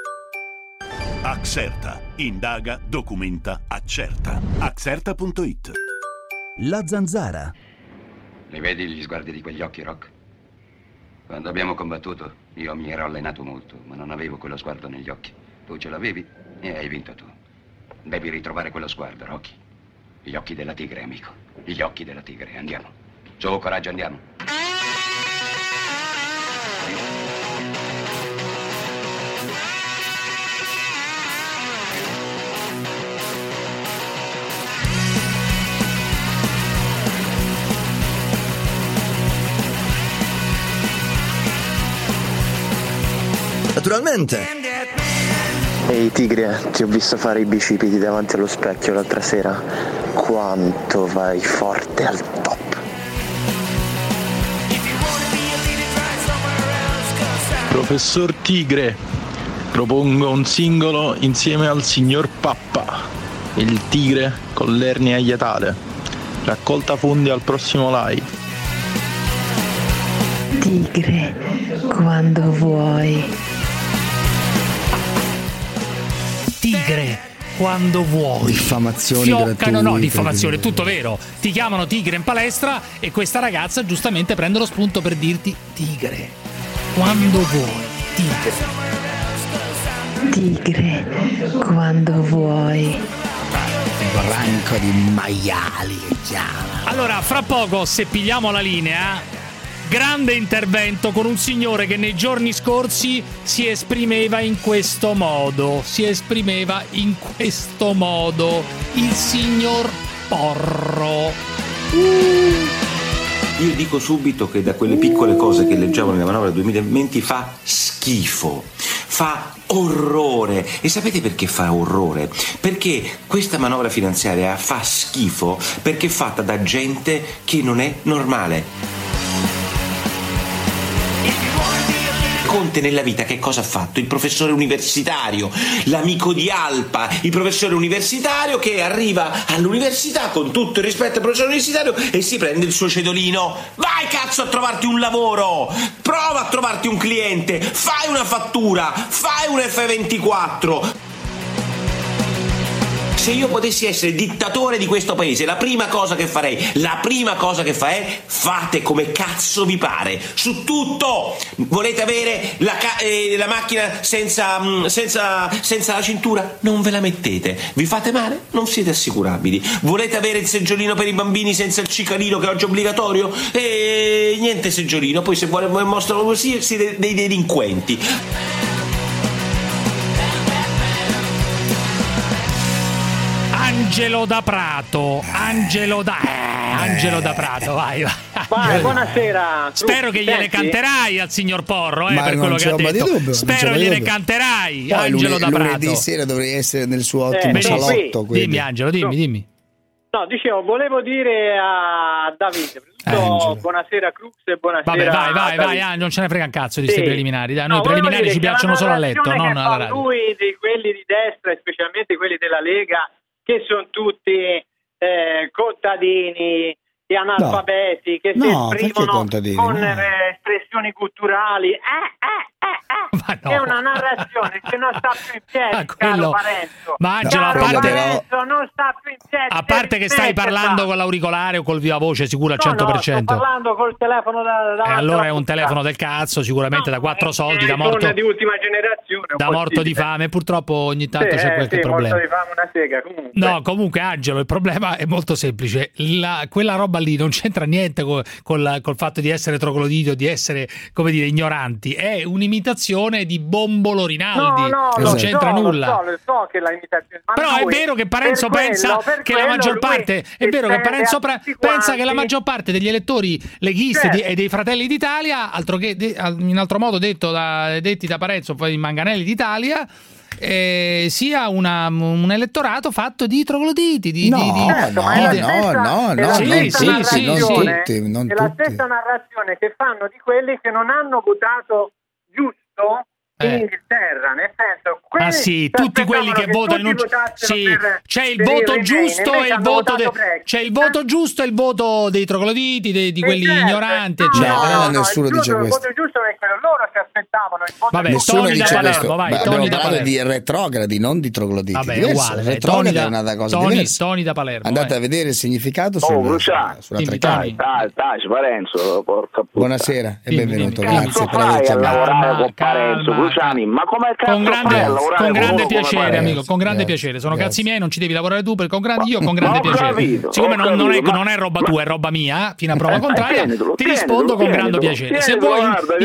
Axerta. Indaga, documenta, accerta. Axerta.it. La Zanzara. Li vedi gli sguardi di quegli occhi, Rock? Quando abbiamo combattuto, io mi ero allenato molto, ma non avevo quello sguardo negli occhi. Tu ce l'avevi e hai vinto tu. Devi ritrovare quello sguardo, Rocky. Gli occhi della tigre, amico. Gli occhi della tigre. Andiamo. Su, coraggio, andiamo. Naturalmente. Ehi Tigre, ti ho visto fare i bicipiti davanti allo specchio l'altra sera. Quanto vai forte al top. Professor Tigre, propongo un singolo insieme al signor Pappa, il tigre con l'ernia iatale. Raccolta fondi al prossimo live. Tigre, quando vuoi. Tigre, quando vuoi. Diffamazioni fioccano, gratuite. no, diffamazione, tutto vero. Ti chiamano tigre in palestra e questa ragazza giustamente prende lo spunto per dirti tigre, quando vuoi, tigre, quando vuoi. Branco di maiali che chiama. Allora, fra poco, se pigliamo la linea, grande intervento con un signore che nei giorni scorsi si esprimeva in questo modo. Il signor Porro. Io dico subito che da quelle piccole cose che leggiamo nella manovra 2020 fa schifo, fa orrore. E sapete perché fa orrore? Perché questa manovra finanziaria fa schifo perché è fatta da gente che non è normale. Conte nella vita che cosa ha fatto? Il professore universitario, l'amico di Alpa, il professore universitario che arriva all'università con tutto il rispetto al professore universitario e si prende il suo cedolino. Vai cazzo a trovarti un lavoro, prova a trovarti un cliente, fai una fattura, fai un F24. Se io potessi essere dittatore di questo paese, la prima cosa che farei è fate come cazzo vi pare, su tutto. Volete avere la macchina senza la cintura? Non ve la mettete. Vi fate male? Non siete assicurabili. Volete avere il seggiolino per i bambini senza il cicalino che oggi è obbligatorio? E niente seggiolino, poi se vuole mostrarlo così siete dei delinquenti. Angelo da Prato, vai. Vai, buonasera. Spero che gliene canterai al signor Porro, per quello che ha detto. Spero gliene canterai, poi Angelo da Prato. Lunedì sera dovrei essere nel suo ottimo salotto. Dimmi Angelo, dimmi. No, dicevo, volevo dire a Davide, buonasera Cruz e buonasera. Vabbè, vai, non ce ne frega un cazzo di questi preliminari. Dai, noi i preliminari ci piacciono solo a letto, non alla radio. Lui, di quelli di destra, e specialmente quelli della Lega, che sono tutti contadini e analfabeti che si esprimono con espressioni culturali. È una narrazione che non sta più in piedi, caro Parenzo. Ma Angelo, non sta più in piedi. A parte che stai parlando con l'auricolare o col viva voce, sicuro al 100%. No, sto parlando col telefono allora è un telefono del cazzo, sicuramente da 4 soldi, da morto di ultima generazione. Da morto di fame, purtroppo ogni tanto c'è qualche problema. Morto di fame una sega, comunque. No, comunque Angelo, il problema è molto semplice. Quella roba lì non c'entra niente col fatto di essere trogloditi o di essere, come dire, ignoranti. È un'imitazione di Bombolo Rinaldi, non c'entra nulla. So che la imitazione, però è vero che Parenzo pensa che la maggior parte pensa che la maggior parte degli elettori leghisti e dei Fratelli d'Italia, altro che in altro modo detti da Parenzo, poi i Manganelli d'Italia, sia un elettorato fatto di trogloditi. Non tutti. È la stessa narrazione che fanno di quelli che non hanno votato giusto in Inghilterra, nel senso, tutti quelli che votano c'è il voto giusto e il voto c'è il voto giusto e il voto dei trogloditi, di quelli ignoranti, eccetera. Nessuno dice questo. Il voto giusto è quello, loro si aspettavano il voto. Vabbè, Toni da Palermo, vai. Toni da Palermo, di retrogradi, non di trogloditi. Vabbè, è uguale. Retrogradi è una cosa diversa. Toni da Palermo. Andate a vedere il significato sulla Dai, Parenzo, porca puttana. Buonasera e benvenuto. Grazie per averci chiamato. Cruciani, ma come cazzo con grande piacere, amico, con grande piacere. Sono cazzi miei, non ci devi lavorare tu, con grande piacere. Siccome non è roba tua, è roba mia, fino a prova contraria, ti rispondo con grande piacere. Se vuoi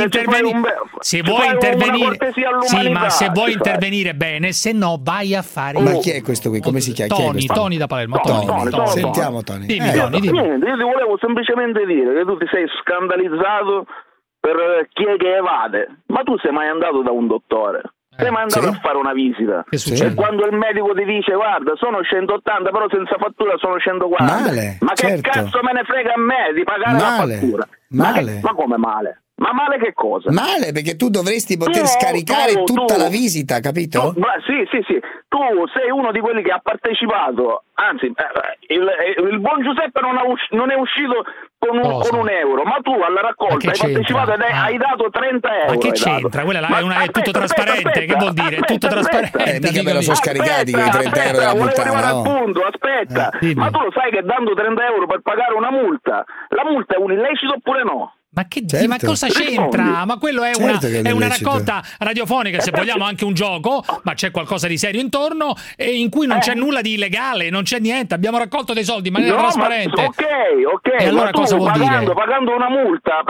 intervenire bene, se no vai a fare. Ma chi è questo qui? Come si chiama? Toni da Palermo. Sentiamo Toni. Dimmi Toni. Io ti volevo semplicemente dire che tu ti sei scandalizzato per chi è che evade, ma tu sei mai andato da un dottore? Sei mai andato a fare una visita? E quando il medico ti dice guarda sono 180 però senza fattura sono 140, ma che cazzo me ne frega a me di pagare la fattura? Ma come male? Ma male che cosa? Male perché tu dovresti poter scaricare tutta la visita, capito? Sì. Tu sei uno di quelli che ha partecipato, anzi il buon Giuseppe non è uscito con un euro, ma tu alla raccolta hai partecipato ed hai dato 30 euro. Ma che c'entra? Quella là è tutto trasparente. Che vuol dire? È tutto trasparente. Mica me lo sono scaricati quei 30 euro da puttana, no? Appunto, aspetta. Ma tu lo sai che dando 30 euro per pagare una multa, la multa è un illecito oppure no? Ma che ma cosa c'entra? Ma quello è una raccolta radiofonica, se vogliamo anche un gioco, ma c'è qualcosa di serio intorno e in cui non c'è nulla di illegale, non c'è niente, abbiamo raccolto dei soldi in maniera trasparente. Ok, e allora cosa vuol dire? Pagando una multa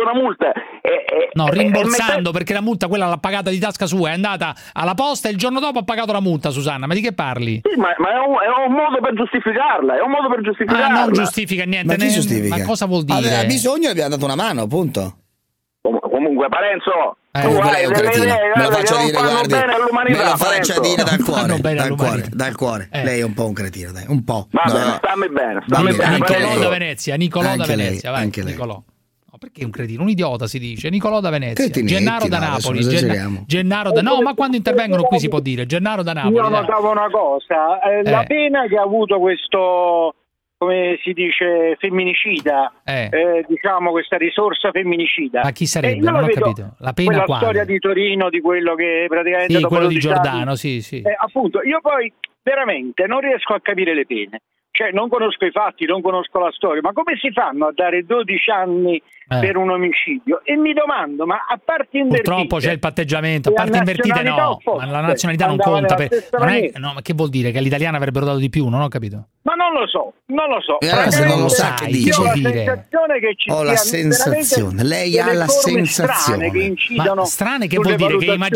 no, rimborsando, perché la multa quella l'ha pagata di tasca sua, è andata alla posta e il giorno dopo ha pagato la multa, Susanna, ma di che parli? Sì, ma è un modo per giustificarla, non giustifica niente, ma cosa vuol dire? Aveva bisogno e abbiamo dato una mano, punto. Comunque Parenzo, lei è un cretino, me lo faccio dire, guardi, me lo faccia dire dal cuore. Lei è un po' un cretino, dai, un po'. Vabbè, stammi bene. Nicolò da Venezia, vai, Nicolò. Perché un cretino? Un idiota si dice. Nicolò da Venezia. Gennaro da Napoli. Gennaro da... No, ma quando intervengono qui si può dire Gennaro da Napoli. Io notavo una cosa, la pena che ha avuto questo, come si dice, femminicida, diciamo questa risorsa femminicida. Ma chi sarebbe? Non ho capito. La pena quella quale? Storia di Torino, di quello che praticamente... Sì, quello di Giordano, sì. Appunto, io poi veramente non riesco a capire le pene. Cioè, non conosco i fatti, non conosco la storia, ma come si fanno a dare 12 anni per un omicidio? E mi domando, ma a parte invertite... Purtroppo c'è il patteggiamento, a parte invertite no, ma la nazionalità non conta. Ma che vuol dire? Che all'italiana avrebbero dato di più? Non ho capito. Ma non lo so. Se non lo sa che dice. Ho la sensazione che ci ho la sensazione, lei ha la sensazione. Che incidono. Ma strane che vuol dire? Che i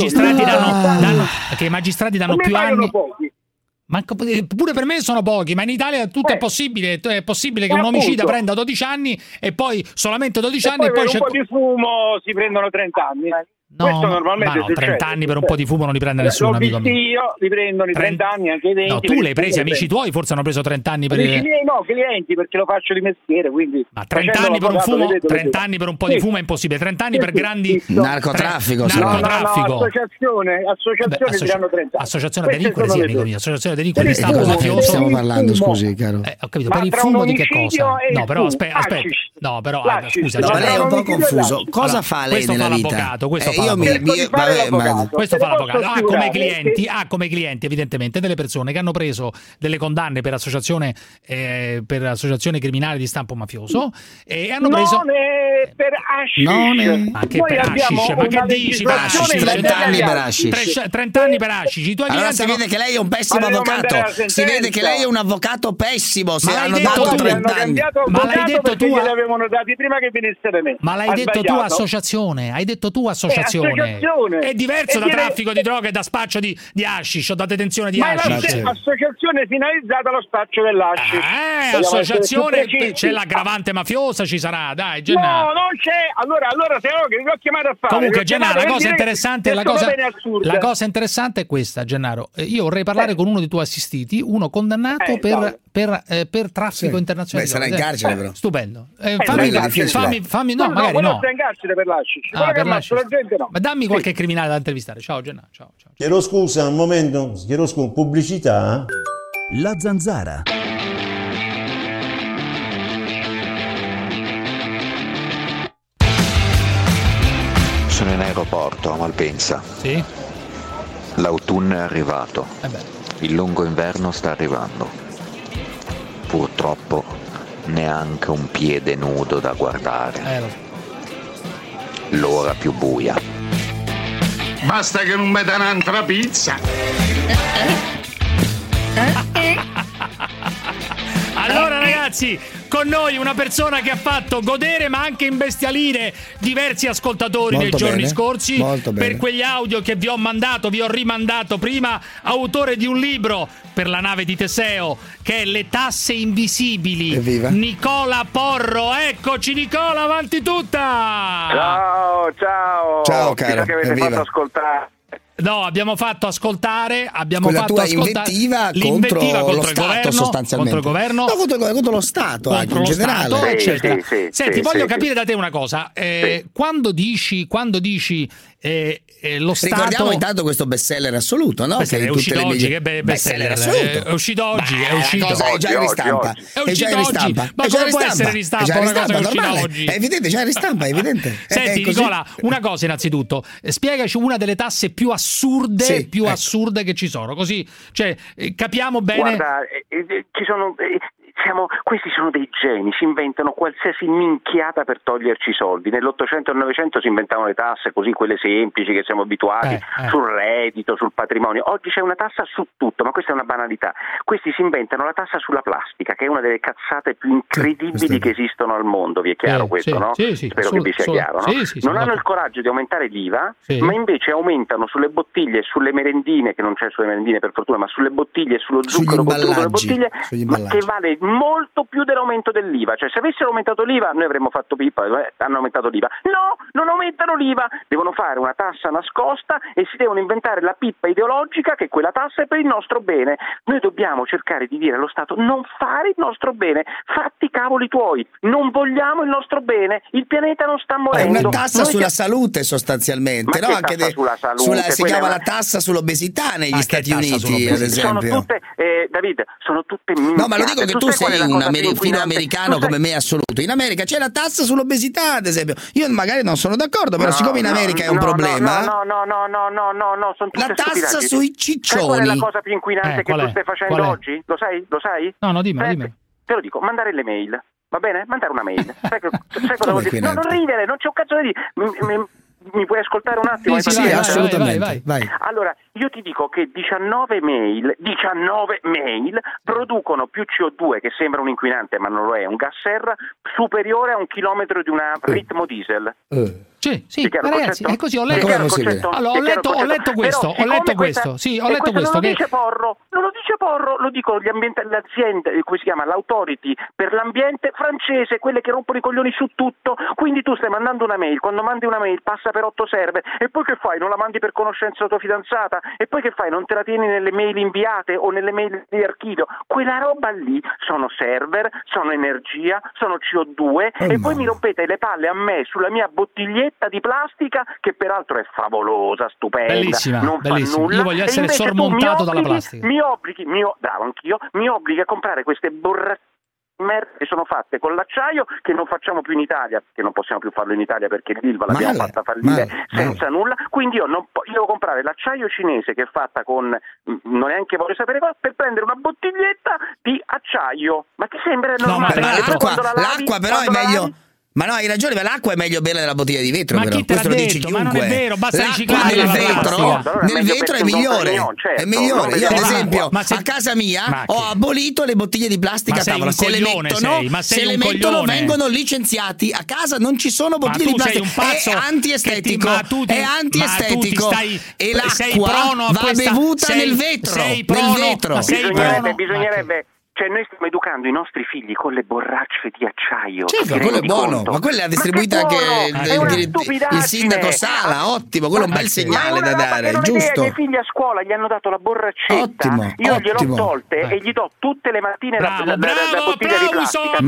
magistrati danno più anni... Pochi. Ma pure per me sono pochi, ma in Italia tutto è possibile. È possibile che un omicida prenda 12 anni e poi solamente 12 anni e poi c'è un po' di fumo si prendono 30 anni. No, questo normalmente 30 anni per un po' di fumo non li prende nessuno, amico mio. Io li prendono i 30 anni, anche i 20. No, tu li hai presi, amici tuoi forse hanno preso 30 anni per no, clienti, perché lo faccio di mestiere, quindi. Ma 30 anni per un fumo, 30 anni per un po' di fumo è impossibile, 30 anni per grandi narcotraffico, associazione diranno 30 anni. Associazione delinquere, amico mio, associazione delinquere di Stato mafioso. Stiamo parlando, scusi, caro. Ho capito, per il fumo di che cosa? No, però aspetta. No, però scusa, lei è un po' confuso. Cosa fa lei nella vita? Questo fa l'avvocato. Questo fa l'avvocato. Ha come clienti evidentemente delle persone che hanno preso delle condanne per associazione criminale di stampo mafioso e hanno preso per hashish. Ma che per hashish? Ma che dici? 30 anni per hashish. 30 anni per hashish. Allora si vede che lei è un pessimo avvocato. Si vede che lei è un avvocato pessimo. Se hanno dato 30 anni. Ma l'hai detto tu? Li avevano dati prima che venisse da me. Ma l'hai detto tu associazione. Hai detto tu associazione. È diverso da traffico di droga e da spaccio di hashish o da detenzione di hashish. Ma associazione finalizzata allo spaccio dell'hashish. Associazione, c'è l'aggravante mafiosa, ci sarà, dai, Gennaro. No, non c'è. Allora se no che vi ho chiamato a fare. Comunque, Gennaro, la cosa interessante è questa, Gennaro. Io vorrei parlare con uno dei tuoi assistiti, uno condannato per traffico internazionale. Sarà in carcere, però. Stupendo. Fammi no, magari no. Sta in carcere per l'hashish. Per la gente no. Ma dammi qualche criminale da intervistare. Ciao Gennaro, ciao. Chiedo scusa un momento, pubblicità. La Zanzara. Sono in aeroporto a Malpensa. Sì. L'autunno è arrivato. Il lungo inverno sta arrivando. Purtroppo neanche un piede nudo da guardare. L'ora più buia. Basta che non metta un'altra pizza. Allora ragazzi, con noi una persona che ha fatto godere ma anche imbestialire diversi ascoltatori nei giorni scorsi per quegli audio che vi ho rimandato prima, autore di un libro per la nave di Teseo che è Le tasse invisibili. Evviva. Nicola Porro, eccoci Nicola, avanti tutta. Ciao caro. Che avete fatto ascoltare No, abbiamo fatto ascoltare l'invettiva contro lo Stato, sostanzialmente. Contro il governo. No, contro lo Stato, anche in generale. Stato, eccetera. Senti, voglio capire da te una cosa. Quando dici lo Stato... Ricordiamo intanto questo bestseller assoluto, no? Che è uscito oggi, che bestseller assoluto. È uscito oggi, è uscito. È già in ristampa. È uscito oggi. Ma come può essere ristampa una cosa che è uscita oggi? È evidente, già in ristampa, è evidente. Senti, Nicola, una cosa innanzitutto. Spiegaci una delle tasse più assurde, assurde che ci sono, così capiamo bene. Guarda, ci sono... questi sono dei geni, si inventano qualsiasi minchiata per toglierci i soldi. Nell'800 e nel 900 si inventavano le tasse così, quelle semplici che siamo abituati, sul reddito, sul patrimonio. Oggi c'è una tassa su tutto, ma questa è una banalità. Questi si inventano la tassa sulla plastica, che è una delle cazzate più incredibili che esistono al mondo. Vi è chiaro questo, no? Spero che vi sia chiaro, no? Non hanno il coraggio di aumentare l'IVA, ma invece aumentano sulle bottiglie e sulle merendine, che non c'è sulle merendine per fortuna, ma sulle bottiglie e sullo zucchero contenuto nelle bottiglie, ma che vale molto più dell'aumento dell'IVA. Cioè, se avessero aumentato l'IVA noi avremmo fatto pipa. Hanno aumentato l'IVA. No, non aumentano l'IVA, devono fare una tassa nascosta e si devono inventare la pippa ideologica che quella tassa è per il nostro bene. Noi dobbiamo cercare di dire allo Stato: non fare il nostro bene, fatti i cavoli tuoi, non vogliamo il nostro bene, il pianeta non sta morendo. È una tassa sulla salute sostanzialmente, no? Anche sulla salute, si chiama la tassa sull'obesità negli Stati Uniti, ad esempio. Sono tutte, David, sono tutte minchiate. No, ma lo dico che tu sei un filo americano come me assoluto. In America c'è la tassa sull'obesità, ad esempio. Io magari non sono d'accordo, però siccome in America è un problema. No, sono tutte la tassa sui ciccioni. Sai qual è la cosa più inquinante che tu stai facendo oggi? Lo sai? No, dimmi. Te lo dico, mandare le mail. Va bene? Mandare una mail. Sai cosa vuol dire? No, non ridere, non c'è un cazzo da dire. Mi puoi ascoltare un attimo? Sì, assolutamente. Vai. Allora, io ti dico che 19 mail producono più CO2, che sembra un inquinante ma non lo è, un gas serra superiore a 1 chilometro di un ritmo diesel. Sì, ragazzi, è così, ho letto questo. Non lo dice Porro, lo dicono le aziende, come si chiama, l'autority per l'ambiente francese, quelle che rompono i coglioni su tutto. Quindi tu stai mandando una mail, quando mandi una mail passa per 8 server, e poi che fai? Non la mandi per conoscenza della tua fidanzata? E poi che fai? Non te la tieni nelle mail inviate o nelle mail di archivio? Quella roba lì sono server, sono energia, sono CO2, e poi mi rompete le palle a me sulla mia bottiglietta di plastica, che peraltro è favolosa, stupenda, bellissima, non fa nulla. Io voglio essere sormontato dalla plastica. Mi obblighi a comprare queste borracce che sono fatte con l'acciaio, che non facciamo più in Italia, che non possiamo più farlo in Italia perché l'Ilva l'abbiamo fatta fallire senza nulla. Quindi io devo comprare l'acciaio cinese, che è fatta con, non neanche voglio sapere cosa, per prendere una bottiglietta di acciaio. Ma ti sembra normale? L'acqua però è meglio. Ma no, hai ragione, ma l'acqua è meglio bere della bottiglia di vetro. Ma però. chi te Questo l'ha lo detto? dice chiunque. Ma non è vero, basta riciclare nel vetro è migliore. È migliore. Io ad esempio a casa mia ho abolito le bottiglie di plastica a tavola. Se le mettono vengono licenziati. A casa non ci sono bottiglie di plastica. È antiestetico. È antiestetico. E l'acqua va bevuta nel vetro. Bisognerebbe. Cioè, noi stiamo educando i nostri figli con le borracce di acciaio. Certo, quello è buono, ma quella l'ha distribuita anche il sindaco Sala, ottimo, quello è un bel segnale da dare, giusto? I miei figli a scuola gli hanno dato la borraccetta, ottimo, io gliel'ho tolte e gli do tutte le mattine la bottiglia di plastica.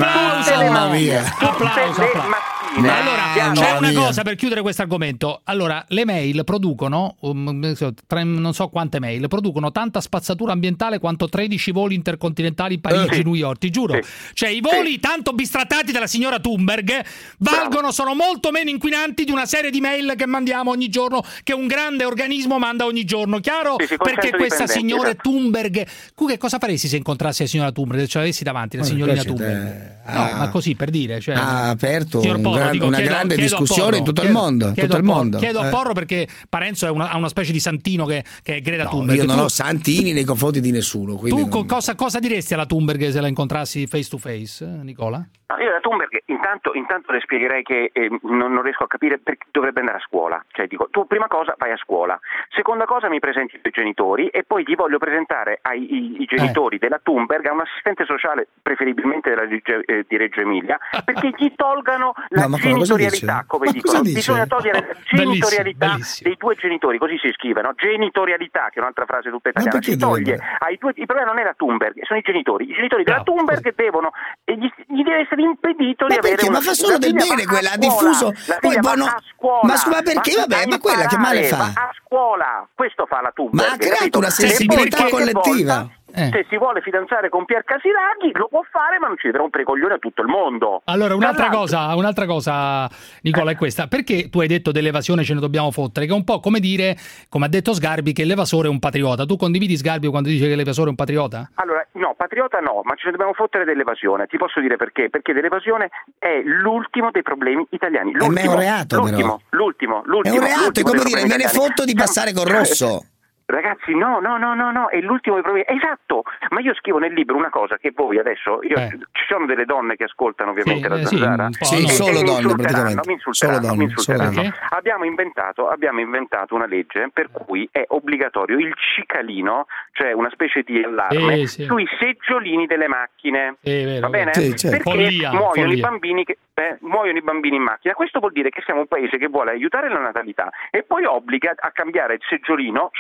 Allora, c'è una cosa per chiudere questo argomento. Allora, le mail producono, non so quante mail, producono tanta spazzatura ambientale quanto 13 voli intercontinentali Parigi-New York, ti giuro. Cioè i voli tanto bistrattati dalla signora Thunberg sono molto meno inquinanti di una serie di mail che mandiamo ogni giorno, che un grande organismo manda ogni giorno, chiaro? Perché questa signora Thunberg, tu che cosa faresti se incontrassi la signora Thunberg, se ce l'avessi davanti la signorina Thunberg? No, ma così per dire, cioè, ha aperto una grande discussione in tutto il mondo. Chiedo a Porro, perché Parenzo ha una specie di santino che è Greta Thunberg. Io non ho santini nei confronti di nessuno. Tu cosa diresti alla Thunberg se la incontrassi face to face, Nicola? Io la Thunberg intanto le spiegherei che non riesco a capire perché dovrebbe andare a scuola. Cioè dico, tu prima cosa vai a scuola, seconda cosa mi presenti i tuoi genitori e poi gli voglio presentare ai genitori della Thunberg a un assistente sociale, preferibilmente della di Reggio Emilia, perché gli tolgano la genitorialità, come dicono. Bisogna togliere la genitorialità dei tuoi genitori, così si scrive, no? Genitorialità, che è un'altra frase tutta italiana. Si toglie ai tuoi... Il problema non è la Thunberg, sono i genitori. I genitori della Thunberg devono... gli deve essere impedito di avere una... Ma fa solo del bene quella, ha diffuso... Poi a scuola. Ma perché? Vabbè, ma quella che male fa? Va a scuola, questo fa la Thunberg. Ma ha creato una sensibilità collettiva. Se si vuole fidanzare con Pier Casiraghi lo può fare, ma non ci deve rompere i coglioni a tutto il mondo. Allora un'altra cosa Nicola è questa: perché tu hai detto dell'evasione ce ne dobbiamo fottere, che è un po' come dire, come ha detto Sgarbi, che l'evasore è un patriota. Tu condividi Sgarbi quando dice che l'evasore è un patriota? Allora no, patriota no, ma ce ne dobbiamo fottere dell'evasione. Ti posso dire perché? Perché dell'evasione è l'ultimo dei problemi italiani. Ma è un reato, però. L'ultimo. È un reato, è come dire me ne fotto di passare col rosso. Ragazzi, no, è l'ultimo dei problemi. Esatto, ma io scrivo nel libro una cosa che voi adesso, ci sono delle donne che ascoltano ovviamente la Zanzara. Sì, solo donne praticamente. Mi insulteranno. Abbiamo inventato una legge per cui è obbligatorio il cicalino, cioè una specie di allarme sui seggiolini delle macchine. Va bene? Sì, certo. Perché muoiono i bambini in macchina. Questo vuol dire che siamo un paese che vuole aiutare la natalità e poi obbliga a cambiare il seggiolino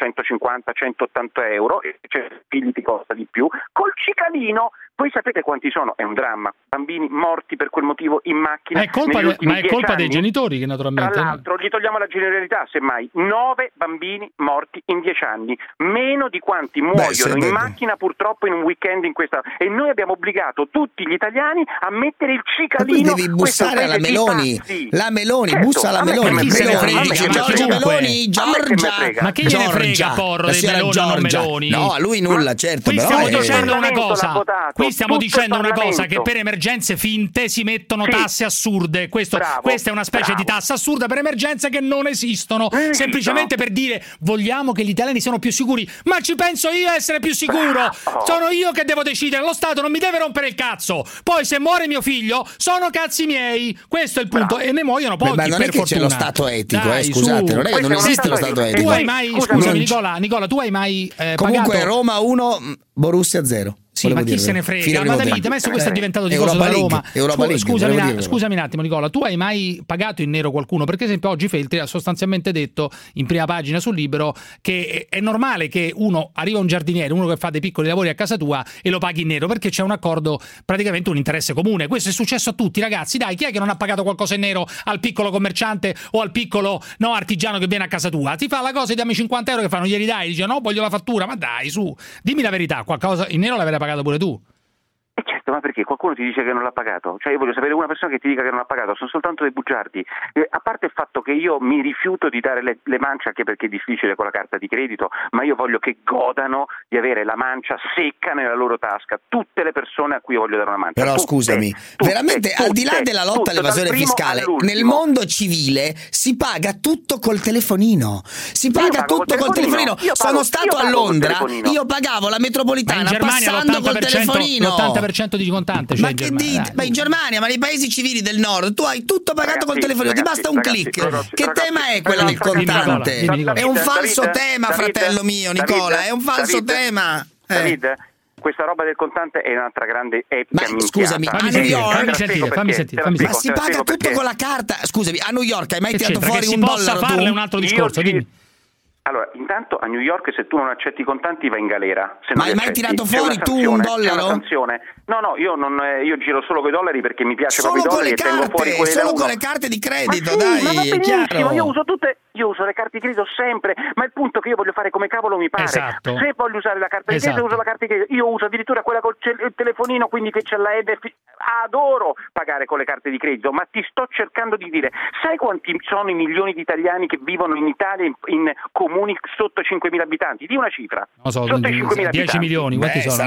150-180 euro, e figli ti costa di più, col cicalino. Voi sapete quanti sono? È un dramma. Bambini morti per quel motivo in macchina. Ma è colpa dei genitori, che naturalmente... Tra l'altro gli togliamo la genitorialità, semmai. 9 bambini morti in 10 anni. Meno di quanti muoiono in macchina purtroppo in un weekend in questa... E noi abbiamo obbligato tutti gli italiani a mettere il cicalino. Ma devi bussare alla Meloni. La Meloni, certo, bussa alla Meloni. Giorgia Meloni, Giorgia. Ma che gliene frega, porro, dei Meloni o non Meloni? No, a lui nulla, certo. Qui stiamo dicendo una cosa. Qui stiamo dicendo una cosa, che per emergenze finte si mettono tasse assurde. Questa è una specie di tassa assurda per emergenze che non esistono, semplicemente per dire vogliamo che gli italiani siano più sicuri. Ma ci penso io a essere più sicuro. Sono io che devo decidere, lo Stato non mi deve rompere il cazzo. Poi se muore mio figlio sono cazzi miei, questo è il punto. E ne muoiono pochi. Ma non è che c'è lo Stato etico, scusate, non è che non esiste lo Stato etico. Tu hai mai, scusami Nicola, tu hai mai comunque pagato... Roma 1 Borussia 0. Sì, ma chi se ne frega? Ma Davide, adesso questo è diventato discorso da Roma. Scusami un attimo, Nicola, tu hai mai pagato in nero qualcuno? Perché, ad esempio, oggi Feltri ha sostanzialmente detto in prima pagina sul Libero che è normale che arriva un giardiniere, uno che fa dei piccoli lavori a casa tua e lo paghi in nero, perché c'è un accordo, praticamente un interesse comune. Questo è successo a tutti, ragazzi. Dai, chi è che non ha pagato qualcosa in nero al piccolo commerciante o al piccolo artigiano che viene a casa tua? Ti fa la cosa, dammi 50 euro, che fanno, glieli dai, dice no, voglio la fattura. Ma dai, su, dimmi la verità, qualcosa in nero l'avrei pagato pure tu. Certo, ma perché qualcuno ti dice che non l'ha pagato? Cioè io voglio sapere una persona che ti dica che non l'ha pagato, sono soltanto dei bugiardi. A parte il fatto che io mi rifiuto di dare le mance, anche perché è difficile con la carta di credito, ma io voglio che godano di avere la mancia secca nella loro tasca tutte le persone a cui io voglio dare una mancia. Però scusami, veramente al di là della lotta all'evasione fiscale, nel mondo civile si paga tutto col telefonino. Si paga tutto col telefonino. Sono stato a Londra, io pagavo la metropolitana passando col telefonino. L'80% di contante, cioè ma in Germania, ma nei paesi civili del nord tu hai tutto pagato col telefonino, ti basta un click. Che tema è quello del contante? È un falso tema, fratello mio, Nicola, è un falso tema. David, questa roba del contante è un'altra grande epica. Ma scusami, a New York fammi sentire. Ma si paga tutto con la carta. Scusami, a New York hai mai tirato fuori un dollaro? Possa farle un altro discorso, dimmi. Allora, intanto a New York se tu non accetti i contanti vai in galera. Ma hai mai tirato fuori tu un dollaro? C'è una sanzione. No, io giro solo coi dollari perché mi piace proprio i dollari e tengo fuori quelle solo con le carte di credito, dai, ma va benissimo, io uso le carte di credito sempre, ma il punto è che io voglio fare come cavolo mi pare. Esatto. Se voglio usare la carta di credito, uso la carta di credito. Io uso addirittura quella col telefonino, quindi che c'è la EDF. Adoro pagare con le carte di credito, ma ti sto cercando di dire, sai quanti sono i milioni di italiani che vivono in Italia in comuni sotto 5.000 abitanti? Di una cifra. Non so, sotto 5.000 10 milioni, quanti sono?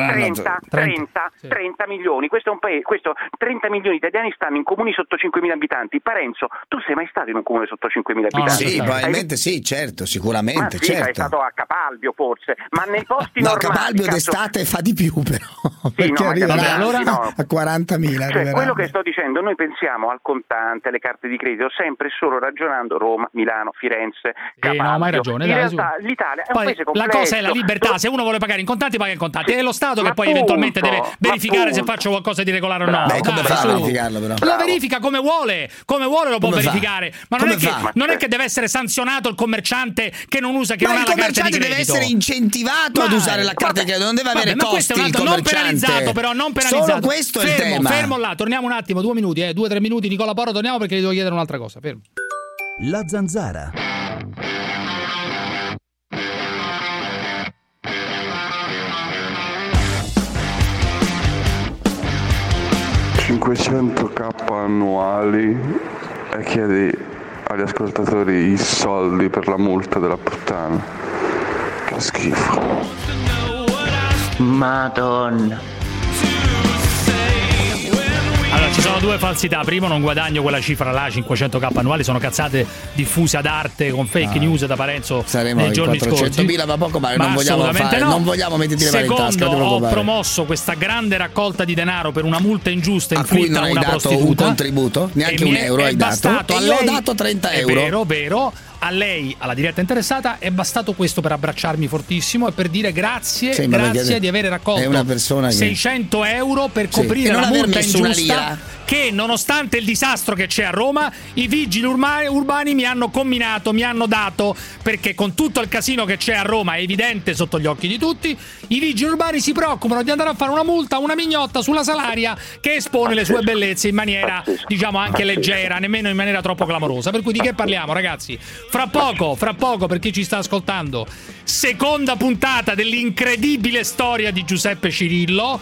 30 milioni. Questo è un paese, 30 milioni di italiani stanno in comuni sotto 5.000 abitanti. Parenzo, tu sei mai stato in un comune sotto 5.000 abitanti? Sì, probabilmente sì, certo, sicuramente. Ma sì, certo. È stato a Capalbio forse, ma nei posti normali... Capalbio d'estate fa di più però, perché arriva a 40.000. Cioè, quello che sto dicendo, noi pensiamo al contante, alle carte di credito, sempre e solo ragionando Roma, Milano, Firenze, Capalbio. No, ma hai ragione. In realtà l'Italia è un paese complesso. La cosa è la libertà, se uno vuole pagare in contanti paga in contanti, è lo Stato che poi eventualmente deve verificare se faccio qualcosa di regolare o no. Come fa a verificarlo però? Lo verifica come vuole lo può verificare, ma non è che deve essere sanzionato il commerciante che non usa, che non ha la carta di credito. Deve essere incentivato ad usare la carta di credito, non deve avere costi il commerciante. Non penalizzato però, non penalizzato. Solo questo è il tema. Fermo là, torniamo un attimo, 2 minuti, 2-3 minuti, Nicola Porro, torniamo perché gli devo chiedere un'altra cosa, fermo. La Zanzara. $500K annuali e chiedi agli ascoltatori i soldi per la multa della puttana. Che schifo. Madonna. Allora, ci sono 2 falsità. Primo, non guadagno quella cifra là, 500K annuali, sono cazzate diffuse ad arte con fake news da Parenzo nei giorni scorsi. 400.000 va poco, ma non vogliamo metterti le mani in tasca. Secondo, ho promosso questa grande raccolta di denaro per una multa ingiusta inflitta a una prostituta. Un contributo, neanche un euro hai dato. E io ho dato 30 euro. Vero. A lei, alla diretta interessata, è bastato questo per abbracciarmi fortissimo e per dire grazie di aver raccolto 600 euro per coprire la multa ingiusta che, nonostante il disastro che c'è a Roma, i vigili urbani mi hanno comminato, mi hanno dato, perché con tutto il casino che c'è a Roma, è evidente sotto gli occhi di tutti, i vigili urbani si preoccupano di andare a fare una multa, una mignotta sulla Salaria che espone le sue bellezze in maniera, diciamo, anche leggera, nemmeno in maniera troppo clamorosa. Per cui di che parliamo, ragazzi? Fra poco, per chi ci sta ascoltando, seconda puntata dell'incredibile storia di Giuseppe Cirillo,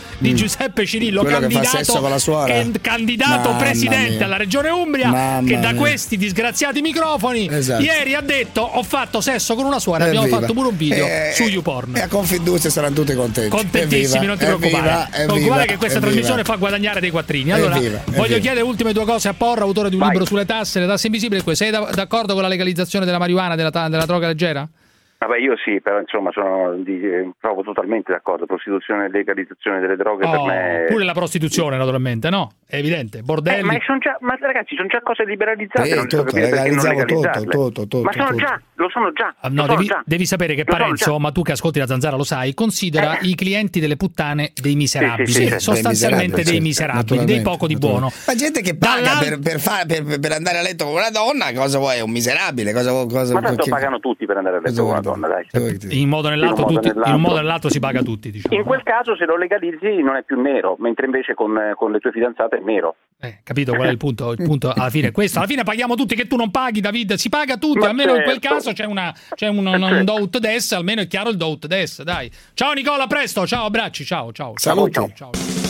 candidato presidente alla Regione Umbria, che da questi disgraziati microfoni ieri ha detto: ho fatto sesso con una suora, abbiamo fatto pure un video su YouPorn. E a Confindustria saranno tutti contentissimi, non ti preoccupare che questa trasmissione fa guadagnare dei quattrini. Allora, voglio chiedere ultime 2 cose a Porro, autore di un libro sulle tasse, le tasse invisibili. Sei d'accordo con la legalizzazione della marijuana, della droga leggera? Vabbè, io sì, però insomma trovo totalmente d'accordo. Prostituzione e legalizzazione delle droghe per me. Pure la prostituzione, naturalmente, no? È evidente. Bordelli. Ma ragazzi, sono già cose liberalizzate. Non so capire perché non legalizzarle. Ma lo sono già. Devi sapere che Parenzo, ma tu che ascolti la Zanzara lo sai, considera i clienti delle puttane dei miserabili, sostanzialmente dei miserabili, dei poco di buono. Ma gente che paga per andare a letto con una donna, cosa vuoi? È un miserabile? Ma tanto pagano tutti per andare a letto con una donna. In un modo o nell'altro si paga tutti, diciamo. In quel caso, se lo legalizzi, non è più nero, mentre invece con le tue fidanzate è nero. Capito qual è il punto? Il punto alla fine è questo. Alla fine paghiamo tutti, che tu non paghi, David, si paga tutti. Almeno in quel caso c'è un do ut des, almeno è chiaro il do ut des, dai. Ciao Nicola, a presto, ciao, abbracci, ciao. Saluti. Ciao.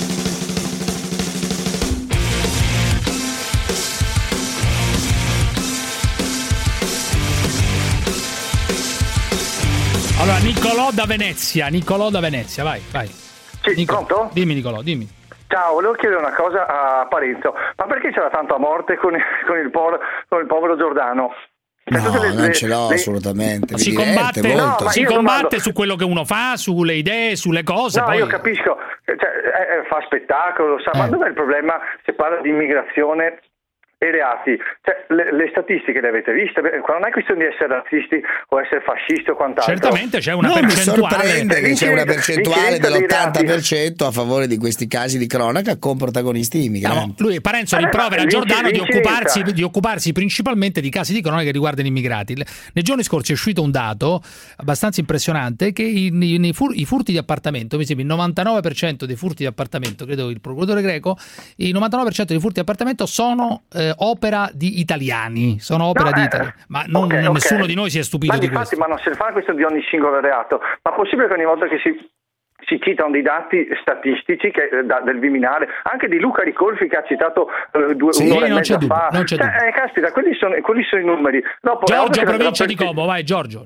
Allora, Nicolò da Venezia, vai. Sì, pronto? Dimmi Nicolò, dimmi. Ciao, volevo chiedere una cosa a Parenzo, ma perché c'era tanta morte con il povero Giordano? No, non ce l'ho assolutamente. Si combatte su quello che uno fa, sulle idee, sulle cose. No, poi... io capisco, fa spettacolo, ma dov'è il problema se parla di immigrazione e reati? Cioè, le statistiche le avete viste? Non è questione di essere razzisti o essere fascisti o quant'altro. Certamente c'è una percentuale. Mi sorprende che c'è una percentuale dell'80% a favore di questi casi di cronaca con protagonisti immigranti. Lui, Parenzo, rimprovera Giordano di occuparsi principalmente di casi di cronaca che riguardano gli immigrati. Nei giorni scorsi è uscito un dato abbastanza impressionante che i furti di appartamento, mi sembra il 99% dei furti di appartamento, credo il procuratore Greco, il 99% dei furti di appartamento sono opera di italiani, ma nessuno di noi si è stupito di questo. Ma non se ne fa questo di ogni singolo reato, ma è possibile che ogni volta che si citano dei dati statistici del Viminale, anche di Luca Ricolfi che ha citato un'ora e mezza fa. Caspita, quelli sono i numeri. Giorgio, provincia di Como, vai Giorgio.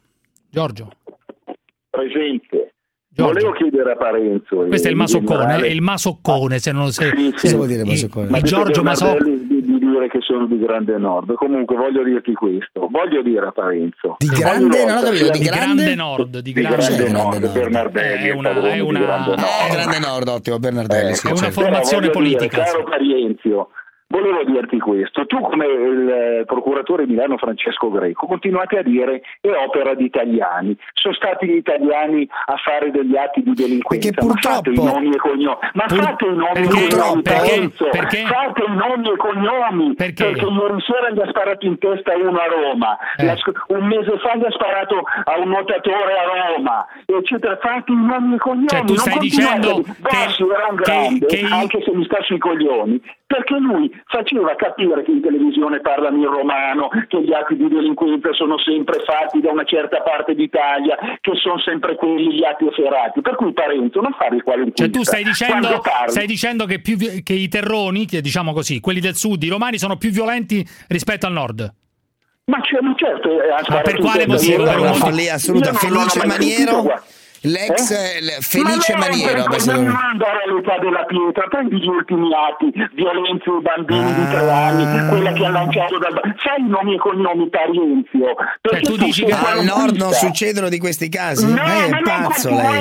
Presente. Volevo chiedere a Parenzo. Questo è il Masoccone, se non cosa vuol dire Masoccone? Il Giorgio Masocco. di dire che sono di Grande Nord. Comunque voglio dirti questo, voglio dire a Parenzo. Di grande, non ho capito, di grande Nord, di grande Nord, Bernardelli. Grande Nord, ottimo, Bernardelli. È una formazione politica. Caro Parenzo, volevo dirti questo, tu come il procuratore di Milano Francesco Greco continuate a dire è opera di italiani, sono stati gli italiani a fare degli atti di delinquenza, perché purtroppo, fate i nomi e cognomi, fate i nomi e cognomi, fate i nomi e cognomi, perché ieri sera gli ha sparato in testa uno a Roma, un mese fa gli ha sparato a un nuotatore a Roma, eccetera, fate i nomi e cognomi. Cioè tu stai dicendo Bossi era un grande, anche se mi sta sui coglioni, perché lui faceva capire che in televisione parlano in romano, che gli atti di delinquenza sono sempre fatti da una certa parte d'Italia, che sono sempre quelli gli atti efferati. Per cui Parenzo non fare il qualunque. Cioè tu stai dicendo che i terroni, che diciamo così, quelli del sud, i romani sono più violenti rispetto al nord? Ma certo, per quale motivo? Per una follia assoluta. Felice Maniero. L'ex Felice Maniero non andare all'età della pietra, prendi gli ultimi atti, violenze ai bambini di 3 anni, quella che ha lanciato sai i nomi e cognomi, Parenzo. Cioè, tu dici che al nord non succedono di questi casi? È pazzo lei.